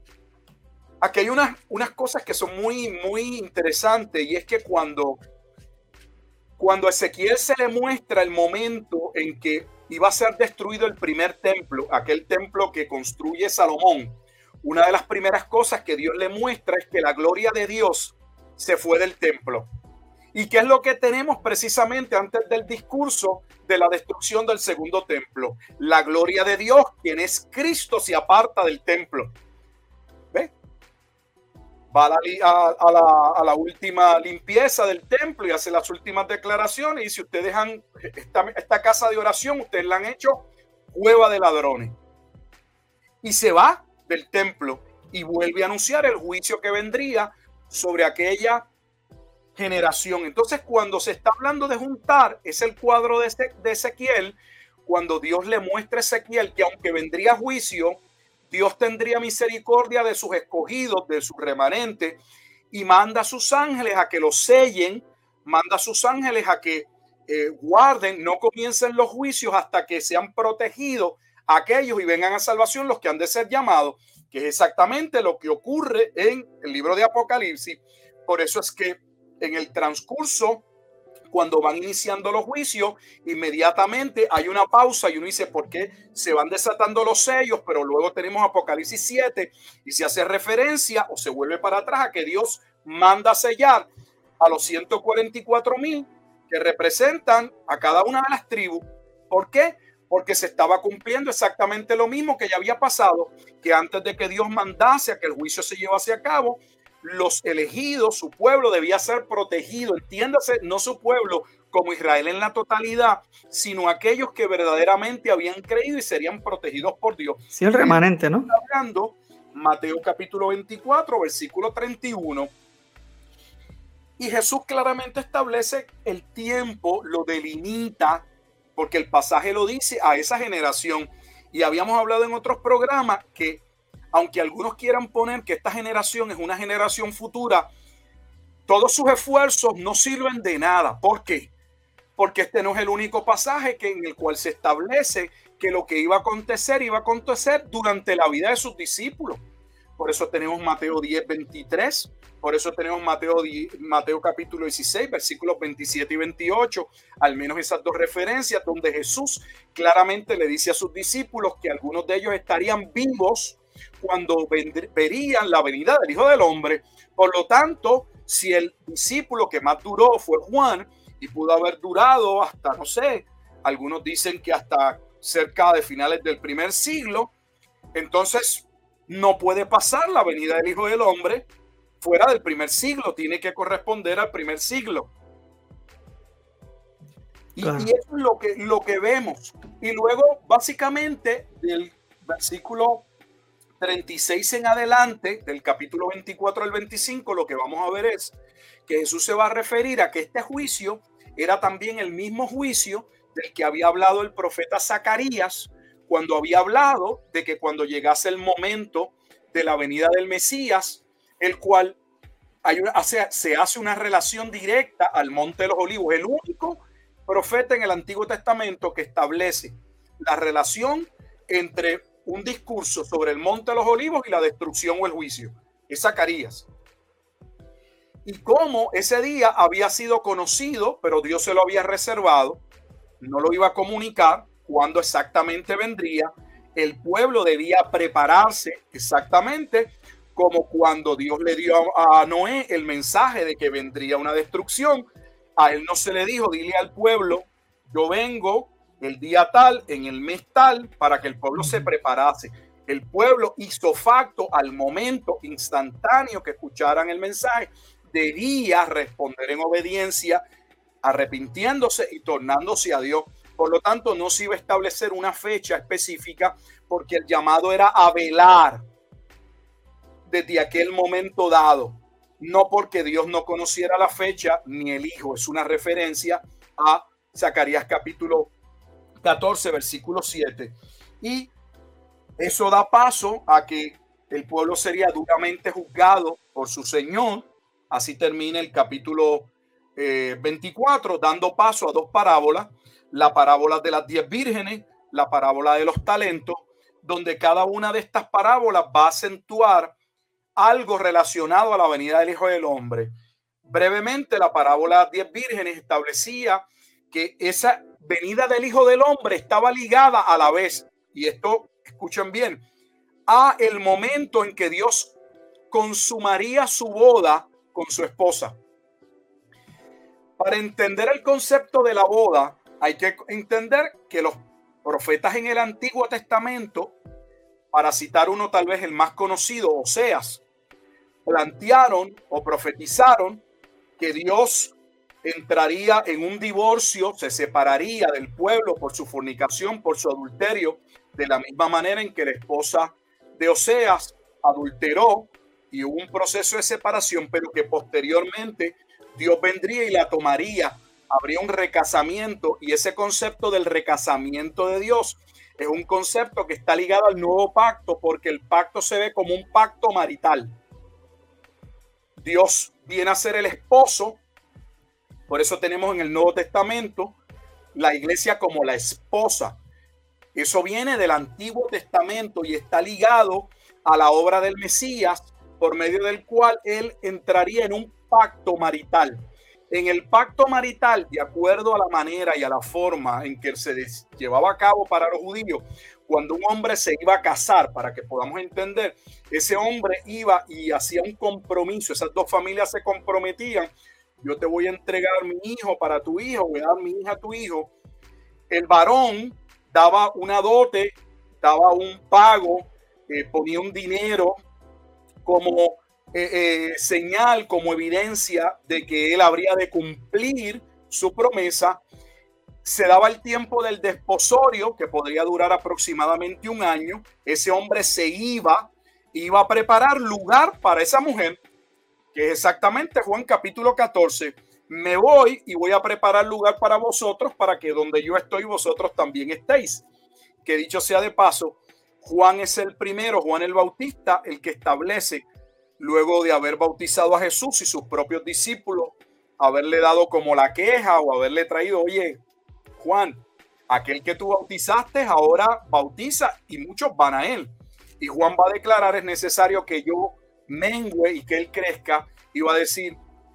aquí hay unas, unas cosas que son muy, muy interesantes, y es que cuando, cuando a Ezequiel se le muestra el momento en que iba a ser destruido el primer templo, aquel templo que construye Salomón, una de las primeras cosas que Dios le muestra es que la gloria de Dios se fue del templo. ¿Y qué es lo que tenemos precisamente antes del discurso de la destrucción del segundo templo? La gloria de Dios, quien es Cristo, se aparta del templo. ¿Ve? Va a la, a, a, la, a la última limpieza del templo y hace las últimas declaraciones. Y si ustedes dejan esta, esta casa de oración, ustedes la han hecho cueva de ladrones. Y se va del templo y vuelve a anunciar el juicio que vendría sobre aquella generación. Entonces, cuando se está hablando de juntar, es el cuadro de, de Ezequiel, cuando Dios le muestra a Ezequiel que aunque vendría juicio, Dios tendría misericordia de sus escogidos, de sus remanentes, y manda a sus ángeles a que los sellen, manda a sus ángeles a que eh, guarden, no comiencen los juicios hasta que sean protegidos aquellos y vengan a salvación los que han de ser llamados, que es exactamente lo que ocurre en el libro de Apocalipsis. Por eso es que en el transcurso, cuando van iniciando los juicios, inmediatamente hay una pausa y uno dice, ¿por qué se van desatando los sellos? Pero luego tenemos Apocalipsis siete y se hace referencia o se vuelve para atrás a que Dios manda sellar a los ciento cuarenta y cuatro mil que representan a cada una de las tribus. ¿Por qué? Porque se estaba cumpliendo exactamente lo mismo que ya había pasado, que antes de que Dios mandase a que el juicio se llevase a cabo, los elegidos, su pueblo debía ser protegido. Entiéndase, no su pueblo como Israel en la totalidad, sino aquellos que verdaderamente habían creído y serían protegidos por Dios. Sí, el remanente, ¿no? Hablando, Mateo capítulo veinticuatro, versículo treinta y uno. Y Jesús claramente establece el tiempo, lo delimita, porque el pasaje lo dice a esa generación. Y habíamos hablado en otros programas que, aunque algunos quieran poner que esta generación es una generación futura, todos sus esfuerzos no sirven de nada. ¿Por qué? Porque este no es el único pasaje que, en el cual se establece que lo que iba a acontecer, iba a acontecer durante la vida de sus discípulos. Por eso tenemos Mateo diez, veintitrés. Por eso tenemos Mateo, Mateo capítulo dieciséis, versículos veintisiete y veintiocho. Al menos esas dos referencias donde Jesús claramente le dice a sus discípulos que algunos de ellos estarían vivos cuando verían la venida del Hijo del Hombre. Por lo tanto, si el discípulo que más duró fue Juan y pudo haber durado hasta, no sé, algunos dicen que hasta cerca de finales del primer siglo, entonces no puede pasar la venida del Hijo del Hombre fuera del primer siglo, tiene que corresponder al primer siglo. Y, claro. y eso es lo que, lo que vemos. Y luego, básicamente, del versículo treinta y seis en adelante, del capítulo veinticuatro al veinticinco, lo que vamos a ver es que Jesús se va a referir a que este juicio era también el mismo juicio del que había hablado el profeta Zacarías, cuando había hablado de que cuando llegase el momento de la venida del Mesías, el cual hay una, hace, se hace una relación directa al Monte de los Olivos. El único profeta en el Antiguo Testamento que establece la relación entre un discurso sobre el Monte de los Olivos y la destrucción o el juicio es Zacarías. Y cómo ese día había sido conocido, pero Dios se lo había reservado, no lo iba a comunicar cuándo exactamente vendría. El pueblo debía prepararse exactamente como cuando Dios le dio a Noé el mensaje de que vendría una destrucción. A él no se le dijo, dile al pueblo, yo vengo el día tal, en el mes tal, para que el pueblo se preparase. El pueblo hizo facto al momento instantáneo que escucharan el mensaje, debía responder en obediencia, arrepintiéndose y tornándose a Dios. Por lo tanto, no se iba a establecer una fecha específica porque el llamado era a velar desde aquel momento dado, no porque Dios no conociera la fecha ni el Hijo. Es una referencia a Zacarías capítulo catorce, versículo siete. Y eso da paso a que el pueblo sería duramente juzgado por su Señor. Así termina el capítulo eh, veinticuatro, dando paso a dos parábolas. La parábola de las diez vírgenes, la parábola de los talentos, donde cada una de estas parábolas va a acentuar algo relacionado a la venida del Hijo del Hombre. Brevemente, la parábola de las diez vírgenes establecía que esa venida del Hijo del Hombre estaba ligada a la vez, y esto, escuchen bien, a el momento en que Dios consumaría su boda con su esposa. Para entender el concepto de la boda, hay que entender que los profetas en el Antiguo Testamento, para citar uno tal vez el más conocido, Oseas, plantearon o profetizaron que Dios entraría en un divorcio, se separaría del pueblo por su fornicación, por su adulterio, de la misma manera en que la esposa de Oseas adulteró y hubo un proceso de separación, pero que posteriormente Dios vendría y la tomaría. Habría un recasamiento, y ese concepto del recasamiento de Dios es un concepto que está ligado al nuevo pacto, porque el pacto se ve como un pacto marital. Dios viene a ser el esposo, por eso tenemos en el Nuevo Testamento la iglesia como la esposa. Eso viene del Antiguo Testamento y está ligado a la obra del Mesías, por medio del cual él entraría en un pacto marital. En el pacto marital, de acuerdo a la manera y a la forma en que se llevaba a cabo para los judíos, cuando un hombre se iba a casar, para que podamos entender, ese hombre iba y hacía un compromiso, esas dos familias se comprometían yo te voy a entregar mi hijo para tu hijo, voy a dar mi hija a tu hijo, el varón daba una dote, daba un pago, eh, ponía un dinero como eh, eh, señal, como evidencia de que él habría de cumplir su promesa. Se daba el tiempo del desposorio, que podría durar aproximadamente un año. Ese hombre se iba, iba a preparar lugar para esa mujer, que es exactamente Juan capítulo catorce. Me voy y voy a preparar lugar para vosotros, para que donde yo estoy, vosotros también estéis. Que dicho sea de paso, Juan es el primero, Juan el Bautista, el que establece, luego de haber bautizado a Jesús y sus propios discípulos, haberle dado como la queja o haberle traído, oye, Juan, aquel que tú bautizaste ahora bautiza y muchos van a él. Y Juan va a declarar, es necesario que yo mengüe y que él crezca, y va a decir,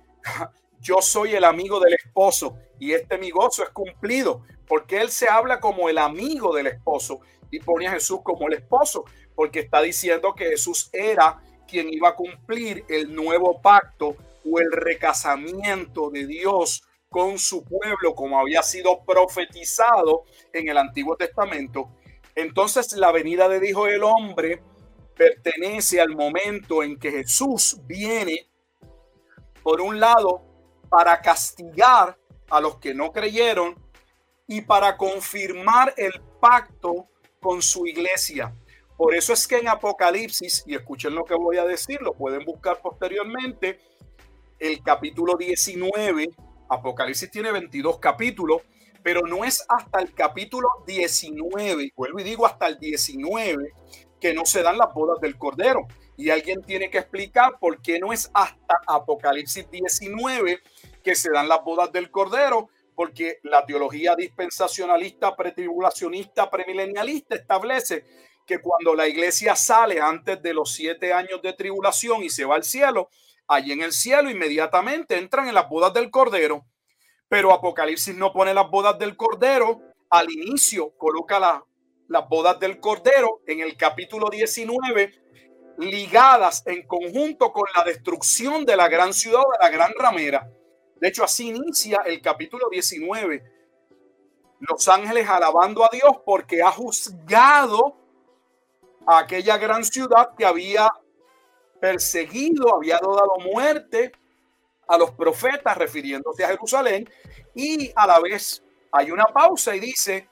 yo soy el amigo del esposo y este mi gozo es cumplido, porque él se habla como el amigo del esposo y pone a Jesús como el esposo, porque está diciendo que Jesús era quien iba a cumplir el nuevo pacto o el recasamiento de Dios con su pueblo, como había sido profetizado en el Antiguo Testamento. Entonces la venida del Hijo del Hombre pertenece al momento en que Jesús viene, por un lado, para castigar a los que no creyeron y para confirmar el pacto con su iglesia. Por eso es que en Apocalipsis, y escuchen lo que voy a decir, lo pueden buscar posteriormente, el capítulo diecinueve, Apocalipsis tiene veintidós capítulos, pero no es hasta el capítulo diecinueve, vuelvo y digo hasta el diecinueve, que no se dan las bodas del Cordero. Y alguien tiene que explicar por qué no es hasta Apocalipsis diecinueve que se dan las bodas del Cordero, porque la teología dispensacionalista, pretribulacionista, premilenialista establece que cuando la iglesia sale antes de los siete años de tribulación y se va al cielo, allí en el cielo inmediatamente entran en las bodas del Cordero. Pero Apocalipsis no pone las bodas del Cordero al inicio, coloca la, las bodas del Cordero en el capítulo diecinueve, ligadas en conjunto con la destrucción de la gran ciudad, de la gran ramera. De hecho, así inicia el capítulo diecinueve. Los ángeles alabando a Dios porque ha juzgado a aquella gran ciudad que había perseguido, había dado muerte a los profetas, refiriéndose a Jerusalén, y a la vez hay una pausa y dice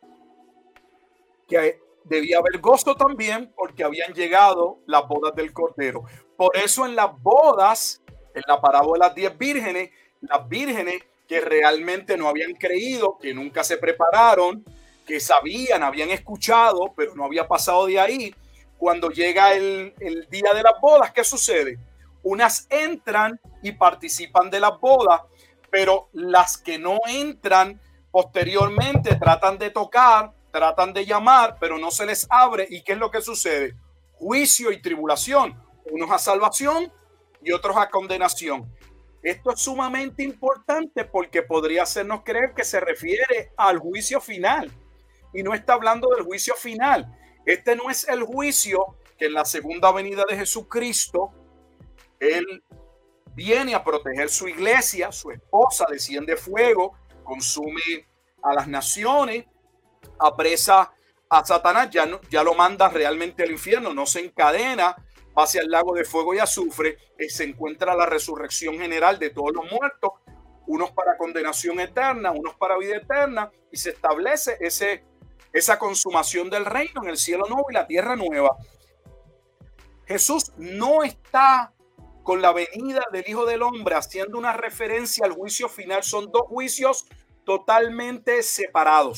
que debía haber gozo también porque habían llegado las bodas del Cordero. Por eso en las bodas, en la parábola de las diez vírgenes, las vírgenes que realmente no habían creído, que nunca se prepararon, que sabían, habían escuchado, pero no había pasado de ahí, cuando llega el, el día de las bodas, ¿qué sucede? Unas entran y participan de las bodas, pero las que no entran posteriormente tratan de tocar, tratan de llamar, pero no se les abre. ¿Y qué es lo que sucede? Juicio y tribulación, unos a salvación y otros a condenación. Esto es sumamente importante porque podría hacernos creer que se refiere al juicio final y no está hablando del juicio final. Este no es el juicio que en la segunda venida de Jesucristo Él viene a proteger su iglesia, su esposa desciende fuego, consume a las naciones, apresa a Satanás, ya, no, ya lo manda realmente al infierno, no se encadena, pase al lago de fuego y azufre, y se encuentra la resurrección general de todos los muertos, unos para condenación eterna, unos para vida eterna, y se establece ese, esa consumación del reino en el cielo nuevo y la tierra nueva. Jesús no está con la venida del Hijo del Hombre haciendo una referencia al juicio final. Son dos juicios totalmente separados.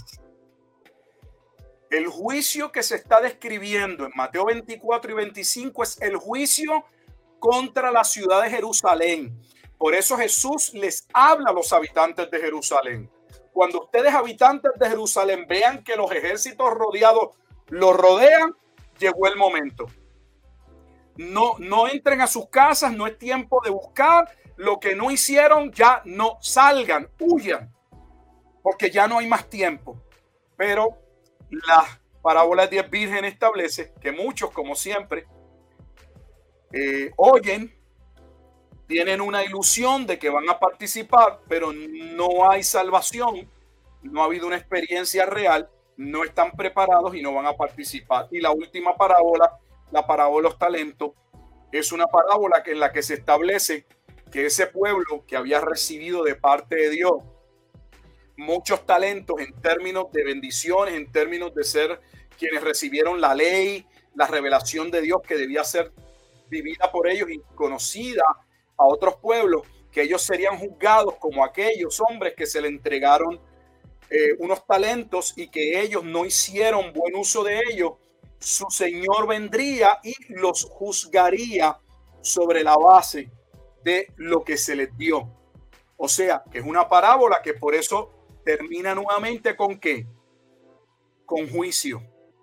El juicio que se está describiendo en Mateo veinticuatro y veinticinco es el juicio contra la ciudad de Jerusalén. Por eso Jesús les habla a los habitantes de Jerusalén. Cuando ustedes, habitantes de Jerusalén, vean que los ejércitos rodeados los rodean, llegó el momento. No, no entren a sus casas, no es tiempo de buscar. Lo que no hicieron, ya no salgan, huyan, porque ya no hay más tiempo. Pero la parábola de diez vírgenes establece que muchos, como siempre, eh, oyen, tienen una ilusión de que van a participar, pero no hay salvación, no ha habido una experiencia real, no están preparados y no van a participar. Y la última parábola, la parábola de los talentos, es una parábola que en la que se establece que ese pueblo que había recibido de parte de Dios muchos talentos en términos de bendiciones, en términos de ser quienes recibieron la ley, la revelación de Dios que debía ser vivida por ellos y conocida a otros pueblos, que ellos serían juzgados como aquellos hombres que se le entregaron eh, unos talentos y que ellos no hicieron buen uso de ellos. Su Señor vendría y los juzgaría sobre la base de lo que se les dio. O sea, que es una parábola que por eso termina nuevamente con ¿qué? Con juicio.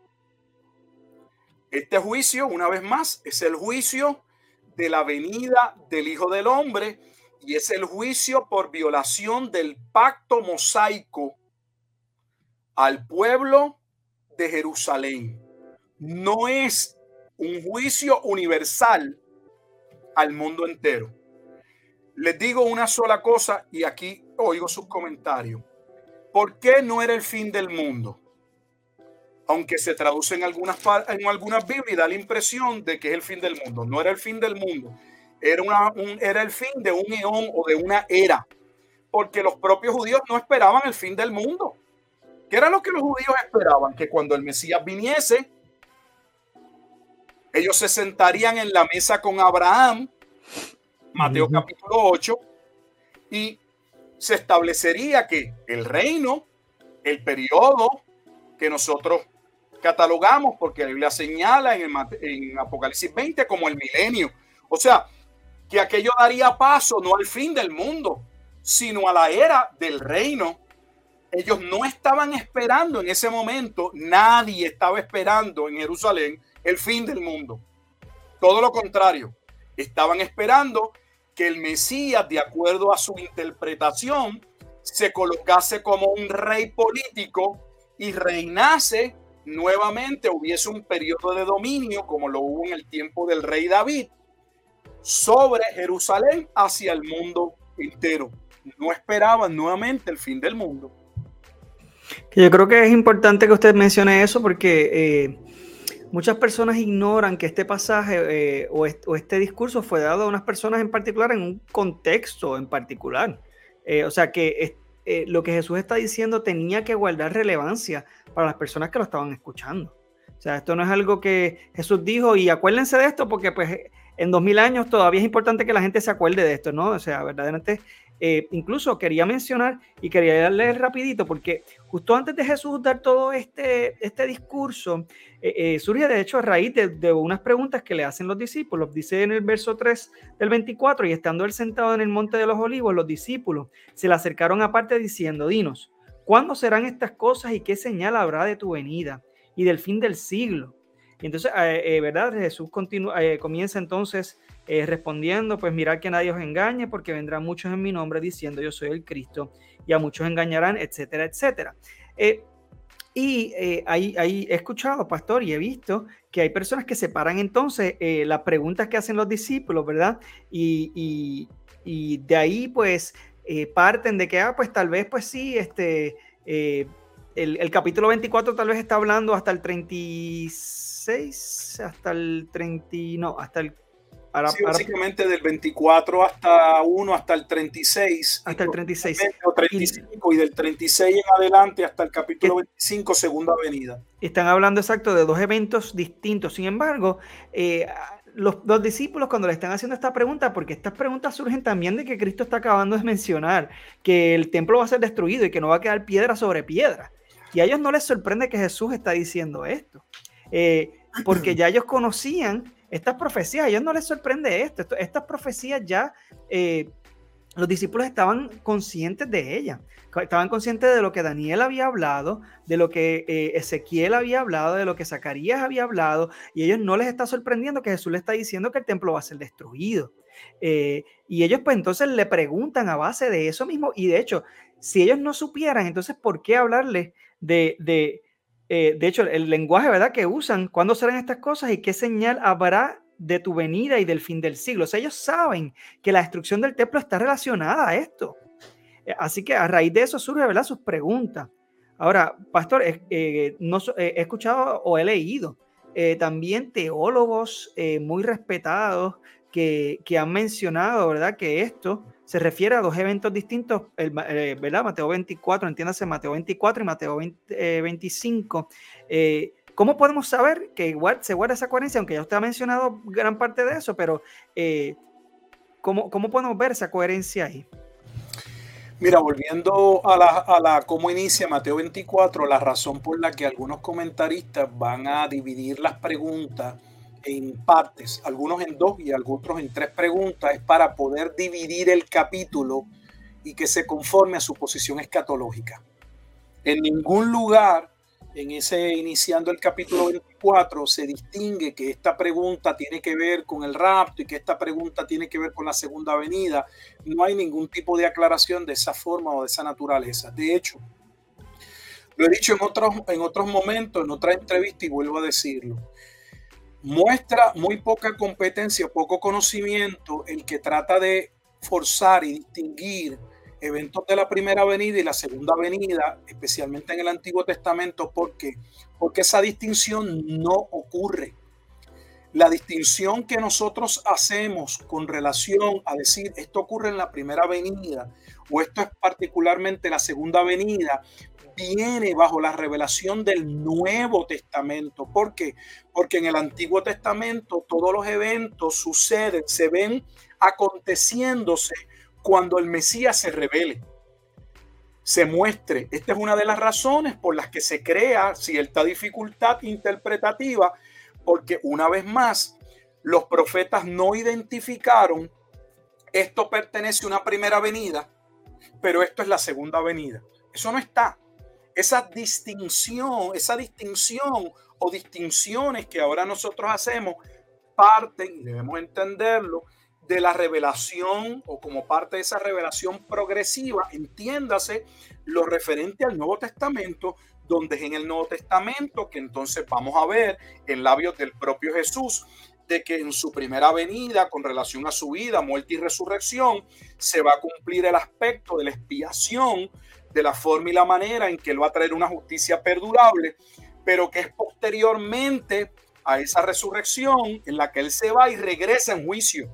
Este juicio, una vez más, es el juicio de la venida del Hijo del Hombre y es el juicio por violación del pacto mosaico al pueblo de Jerusalén. No es un juicio universal al mundo entero. Les digo una sola cosa y aquí oigo sus comentarios. ¿Por qué no era el fin del mundo? Aunque se traduce en algunas, en algunas Biblias y da la impresión de que es el fin del mundo. No era el fin del mundo. Era, una, un, era el fin de un eón o de una era. Porque los propios judíos no esperaban el fin del mundo. ¿Qué era lo que los judíos esperaban? Que cuando el Mesías viniese, ellos se sentarían en la mesa con Abraham, Mateo uh-huh. capítulo ocho, y se establecería que el reino, el periodo que nosotros catalogamos, porque la Biblia señala en, el, en Apocalipsis veinte como el milenio. O sea, que aquello daría paso no al fin del mundo, sino a la era del reino. Ellos no estaban esperando en ese momento, nadie estaba esperando en Jerusalén el fin del mundo. Todo lo contrario, estaban esperando que el Mesías, de acuerdo a su interpretación, se colocase como un rey político y reinase nuevamente, hubiese un periodo de dominio como lo hubo en el tiempo del rey David sobre Jerusalén hacia el mundo entero. No esperaban nuevamente el fin del mundo. Yo creo que es importante que usted mencione eso porque eh, muchas personas ignoran que este pasaje eh, o, este, o este discurso fue dado a unas personas en particular en un contexto en particular. Eh, o sea que eh, lo que Jesús está diciendo tenía que guardar relevancia para las personas que lo estaban escuchando. O sea, esto no es algo que Jesús dijo y acuérdense de esto porque pues en dos mil años todavía es importante que la gente se acuerde de esto, ¿no? O sea, verdaderamente... Eh, incluso quería mencionar y quería leer rapidito porque justo antes de Jesús dar todo este, este discurso eh, eh, surge de hecho a raíz de, de unas preguntas que le hacen los discípulos. Dice en el verso tres del veinticuatro: y estando él sentado en el monte de los olivos, los discípulos se le acercaron aparte diciendo: dinos, ¿cuándo serán estas cosas y qué señal habrá de tu venida y del fin del siglo? Y entonces, eh, eh, ¿verdad? Jesús continúa, eh, comienza entonces eh, respondiendo, pues mirad que nadie os engañe, porque vendrán muchos en mi nombre diciendo yo soy el Cristo, y a muchos engañarán, etcétera, etcétera. Eh, y eh, ahí, ahí he escuchado, pastor, y he visto que hay personas que separan entonces eh, las preguntas que hacen los discípulos, ¿verdad? Y, y, y de ahí, pues, eh, parten de que, ah, pues tal vez, pues sí, este... Eh, El, el capítulo veinticuatro tal vez está hablando hasta el treinta y seis, hasta el treinta, no, hasta el... Para, sí, básicamente para, del veinticuatro hasta uno, hasta el treinta y seis. Hasta el treinta y seis. O treinta y cinco, y, y del treinta y seis en adelante hasta el capítulo veinticinco, segunda venida. Están hablando exacto de dos eventos distintos. Sin embargo, eh, los, los discípulos cuando le están haciendo esta pregunta, porque estas preguntas surgen también de que Cristo está acabando de mencionar que el templo va a ser destruido y que no va a quedar piedra sobre piedra. Y a ellos no les sorprende que Jesús está diciendo esto, eh, porque ya ellos conocían estas profecías, a ellos no les sorprende esto, esto estas profecías ya eh, los discípulos estaban conscientes de ellas, estaban conscientes de lo que Daniel había hablado, de lo que eh, Ezequiel había hablado, de lo que Zacarías había hablado, y a ellos no les está sorprendiendo que Jesús les está diciendo que el templo va a ser destruido. Eh, y ellos pues entonces le preguntan a base de eso mismo, y de hecho, si ellos no supieran, entonces ¿por qué hablarles de, de, eh, de hecho, el lenguaje, ¿verdad?, que usan, cuándo serán estas cosas y qué señal habrá de tu venida y del fin del siglo. O sea, ellos saben que la destrucción del templo está relacionada a esto. Así que a raíz de eso surge, ¿verdad?, sus preguntas. Ahora, pastor, eh, eh, no, eh, he escuchado o he leído eh, también teólogos eh, muy respetados que, que han mencionado, ¿verdad?, que esto se refiere a dos eventos distintos, el, eh, ¿verdad? Mateo veinticuatro, entiéndase, Mateo veinticuatro y Mateo veinte, eh, veinticinco. Eh, ¿Cómo podemos saber que igual se guarda esa coherencia? Aunque ya usted ha mencionado gran parte de eso, pero eh, ¿cómo, ¿cómo podemos ver esa coherencia ahí? Mira, volviendo a la, a la cómo inicia Mateo veinticuatro, la razón por la que algunos comentaristas van a dividir las preguntas en partes, algunos en dos y algunos en tres preguntas, es para poder dividir el capítulo y que se conforme a su posición escatológica. En ningún lugar, en ese iniciando el capítulo veinticuatro, se distingue que esta pregunta tiene que ver con el rapto y que esta pregunta tiene que ver con la segunda venida. No hay ningún tipo de aclaración de esa forma o de esa naturaleza. De hecho, lo he dicho en otros, en otros momentos, en otra entrevista, y vuelvo a decirlo. Muestra muy poca competencia, poco conocimiento el que trata de forzar y distinguir eventos de la primera venida y la segunda venida, especialmente en el Antiguo Testamento. ¿Por qué? Porque esa distinción no ocurre. La distinción que nosotros hacemos con relación a decir esto ocurre en la primera venida o esto es particularmente la segunda venida, viene bajo la revelación del Nuevo Testamento. ¿Por qué? Porque en el Antiguo Testamento todos los eventos suceden, se ven aconteciéndose cuando el Mesías se revele, se muestre. Esta es una de las razones por las que se crea cierta dificultad interpretativa, porque una vez más los profetas no identificaron esto pertenece a una primera venida, pero esto es la segunda venida. Eso no está. Esa distinción, esa distinción o distinciones que ahora nosotros hacemos parten, y debemos entenderlo, de la revelación o como parte de esa revelación progresiva, entiéndase lo referente al Nuevo Testamento, donde es en el Nuevo Testamento que entonces vamos a ver en labios del propio Jesús de que en su primera venida, con relación a su vida, muerte y resurrección, se va a cumplir el aspecto de la expiación, de la forma y la manera en que él va a traer una justicia perdurable, pero que es posteriormente a esa resurrección en la que él se va y regresa en juicio.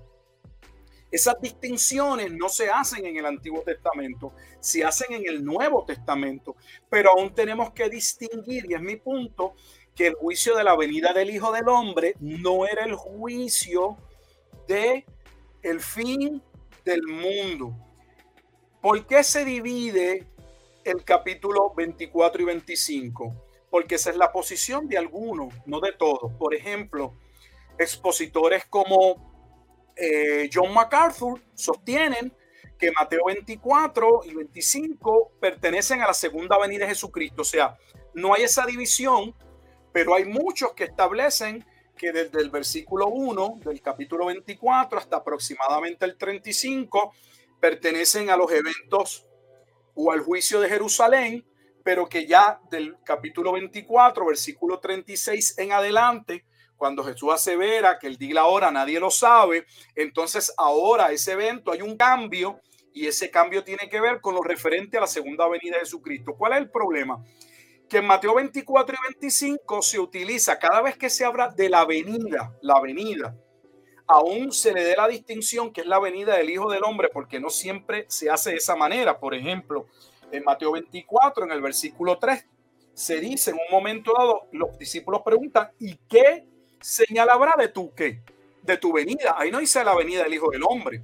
Esas distinciones no se hacen en el Antiguo Testamento, se hacen en el Nuevo Testamento, pero aún tenemos que distinguir, y es mi punto, que el juicio de la venida del Hijo del Hombre no era el juicio de el fin del mundo. ¿Por qué se divide el capítulo veinticuatro y veinticinco? Porque esa es la posición de algunos, no de todos. Por ejemplo, expositores como eh, John MacArthur sostienen que Mateo veinticuatro y veinticinco pertenecen a la segunda venida de Jesucristo. O sea, no hay esa división, pero hay muchos que establecen que desde el versículo uno del capítulo veinticuatro hasta aproximadamente el treinta y cinco pertenecen a los eventos o al juicio de Jerusalén, pero que ya del capítulo veinticuatro, versículo treinta y seis en adelante, cuando Jesús asevera que el día y la hora nadie lo sabe, entonces ahora ese evento hay un cambio y ese cambio tiene que ver con lo referente a la segunda venida de Jesucristo. ¿Cuál es el problema? Que en Mateo veinticuatro y veinticinco se utiliza cada vez que se habla de la venida, la venida, aún se le dé la distinción que es la venida del Hijo del Hombre, porque no siempre se hace de esa manera. Por ejemplo, en Mateo veinticuatro, en el versículo tres, se dice en un momento dado, los discípulos preguntan, ¿y qué señal habrá de tu qué? De tu venida. Ahí no dice la venida del Hijo del Hombre.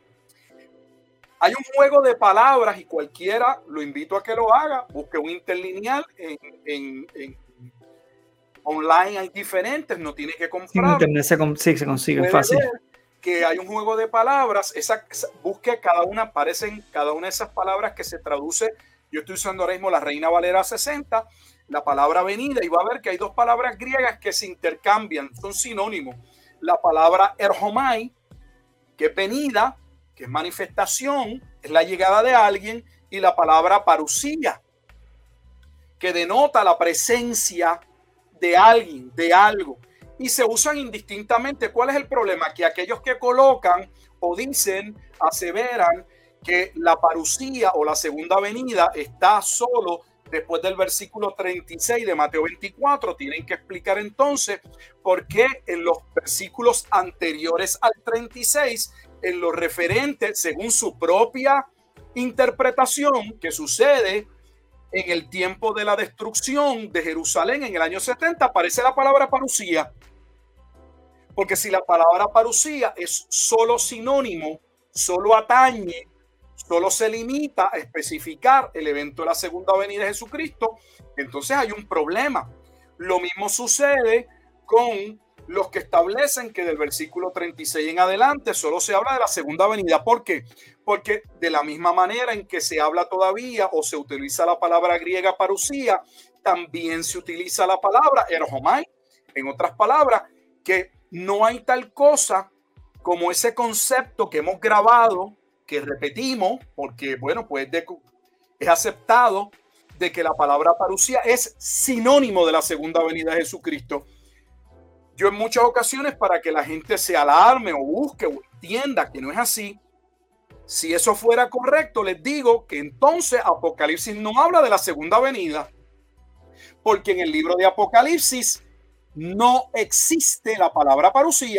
Hay un juego de palabras y cualquiera, lo invito a que lo haga, busque un interlineal en, en, en online, hay diferentes, no tiene que comprar. En internet se, con, sí, se consigue Puede fácil. Que hay un juego de palabras, esa, esa, busque cada una, aparecen cada una de esas palabras que se traduce. Yo estoy usando ahora mismo la Reina Valera sesenta, la palabra venida, y va a ver que hay dos palabras griegas que se intercambian, son sinónimos. La palabra erhomai, que es venida, que es manifestación, es la llegada de alguien, y la palabra parusía, que denota la presencia de alguien, de algo. y se usan indistintamente. ¿Cuál es el problema? Que aquellos que colocan o dicen, aseveran que la parusía o la segunda venida está solo después del versículo treinta y seis de Mateo veinticuatro, tienen que explicar entonces por qué en los versículos anteriores al treinta y seis, en lo referente, según su propia interpretación, que sucede en el tiempo de la destrucción de Jerusalén en el año setenta, aparece la palabra parusía. Porque si la palabra parusía es solo sinónimo, solo atañe, solo se limita a especificar el evento de la segunda venida de Jesucristo, entonces hay un problema. Lo mismo sucede con los que establecen que del versículo treinta y seis en adelante solo se habla de la segunda venida. ¿Por qué? Porque de la misma manera en que se habla todavía o se utiliza la palabra griega parusía, también se utiliza la palabra erhomai. En otras palabras, que no hay tal cosa como ese concepto que hemos grabado, que repetimos, porque, bueno, pues de, es aceptado de que la palabra parusía es sinónimo de la segunda venida de Jesucristo. Yo en muchas ocasiones, para que la gente se alarme o busque o entienda que no es así, si eso fuera correcto, les digo que entonces Apocalipsis no habla de la segunda venida, porque en el libro de Apocalipsis no existe la palabra parusía.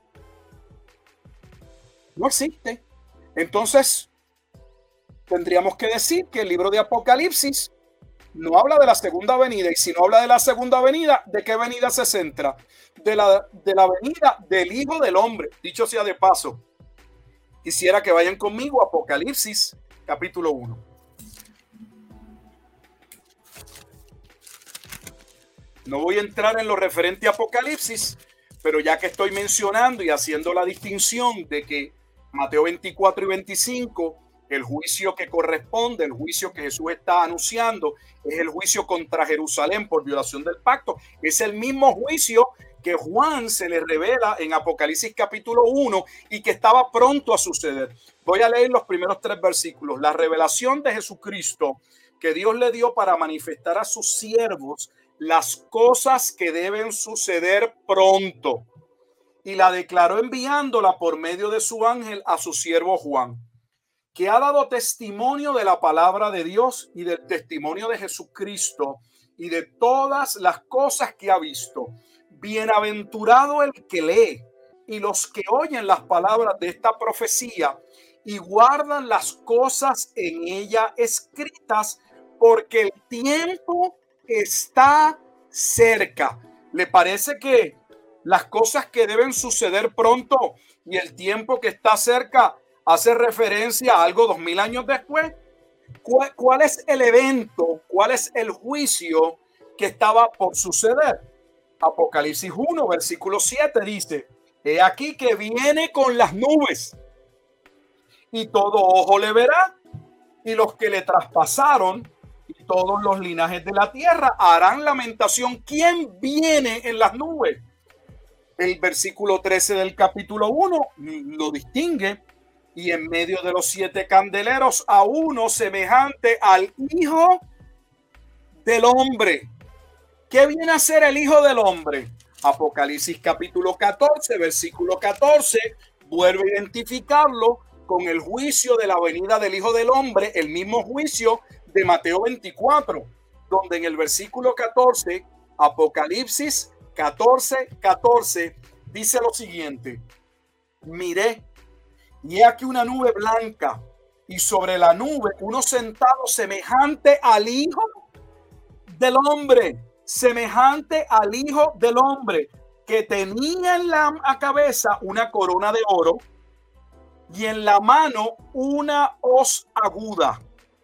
No existe. Entonces, tendríamos que decir que el libro de Apocalipsis no habla de la segunda venida. Y si no habla de la segunda venida, ¿de qué venida se centra? De la, de la venida del Hijo del Hombre. Dicho sea de paso, quisiera que vayan conmigo a Apocalipsis capítulo uno. No voy a entrar en lo referente a Apocalipsis, pero ya que estoy mencionando y haciendo la distinción de que Mateo veinticuatro y veinticinco, el juicio que corresponde, el juicio que Jesús está anunciando, es el juicio contra Jerusalén por violación del pacto. Es el mismo juicio que Juan se le revela en Apocalipsis capítulo uno y que estaba pronto a suceder. Voy a leer los primeros tres versículos. La revelación de Jesucristo que Dios le dio para manifestar a sus siervos las cosas que deben suceder pronto, y la declaró enviándola por medio de su ángel a su siervo Juan, que ha dado testimonio de la palabra de Dios y del testimonio de Jesucristo y de todas las cosas que ha visto. Bienaventurado el que lee y los que oyen las palabras de esta profecía y guardan las cosas en ella escritas, porque el tiempo está cerca. ¿Le parece que las cosas que deben suceder pronto y el tiempo que está cerca hace referencia a algo dos mil años después? ¿Cuál, cuál es el evento? ¿Cuál es el juicio que estaba por suceder? Apocalipsis uno, versículo siete dice: he aquí que viene con las nubes, y todo ojo le verá, y los que le traspasaron y todos los linajes de la tierra harán lamentación. ¿Quién viene en las nubes? El versículo trece del capítulo uno lo distingue: y en medio de los siete candeleros a uno semejante al Hijo del Hombre. ¿Qué viene a ser el Hijo del Hombre? Apocalipsis capítulo catorce, versículo catorce, vuelve a identificarlo con el juicio de la venida del Hijo del Hombre, el mismo juicio de Mateo veinticuatro, donde en el versículo catorce, Apocalipsis catorce, catorce, dice lo siguiente: miré, y he aquí una nube blanca, y sobre la nube uno sentado semejante al Hijo del Hombre, semejante al Hijo del Hombre, que tenía en la cabeza una corona de oro y en la mano una hoz aguda.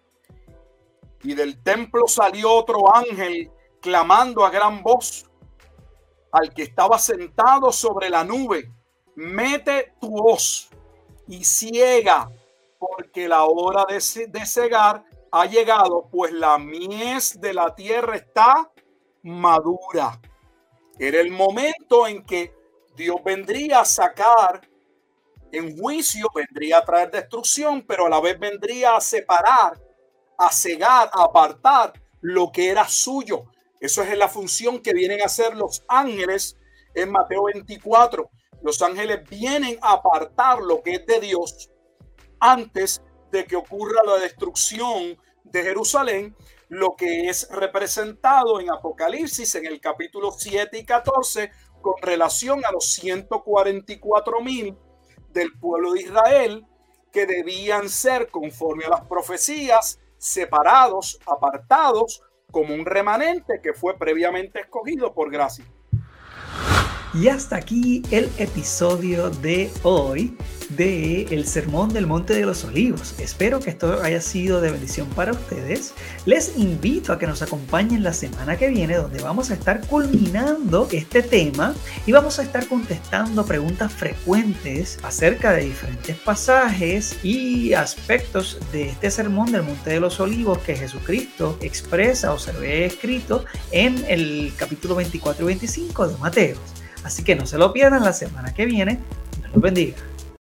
Y del templo salió otro ángel clamando a gran voz al que estaba sentado sobre la nube: mete tu hoz y ciega, porque la hora de, de cegar ha llegado, pues la mies de la tierra está madura. Era el momento en que Dios vendría a sacar en juicio, vendría a traer destrucción, pero a la vez vendría a separar, a cegar, a apartar lo que era suyo. Eso es la función que vienen a hacer los ángeles en Mateo veinticuatro. Los ángeles vienen a apartar lo que es de Dios antes de que ocurra la destrucción de Jerusalén, lo que es representado en Apocalipsis en el capítulo siete y catorce con relación a los ciento cuarenta y cuatro mil del pueblo de Israel, que debían ser, conforme a las profecías, separados, apartados, como un remanente que fue previamente escogido por gracia. Y hasta aquí el episodio de hoy de El Sermón del Monte de los Olivos. Espero que esto haya sido de bendición para ustedes. Les invito a que nos acompañen la semana que viene, donde vamos a estar culminando este tema y vamos a estar contestando preguntas frecuentes acerca de diferentes pasajes y aspectos de este Sermón del Monte de los Olivos que Jesucristo expresa o se ve escrito en el capítulo veinticuatro y veinticinco de Mateo. Así que no se lo pierdan la semana que viene. Dios los bendiga.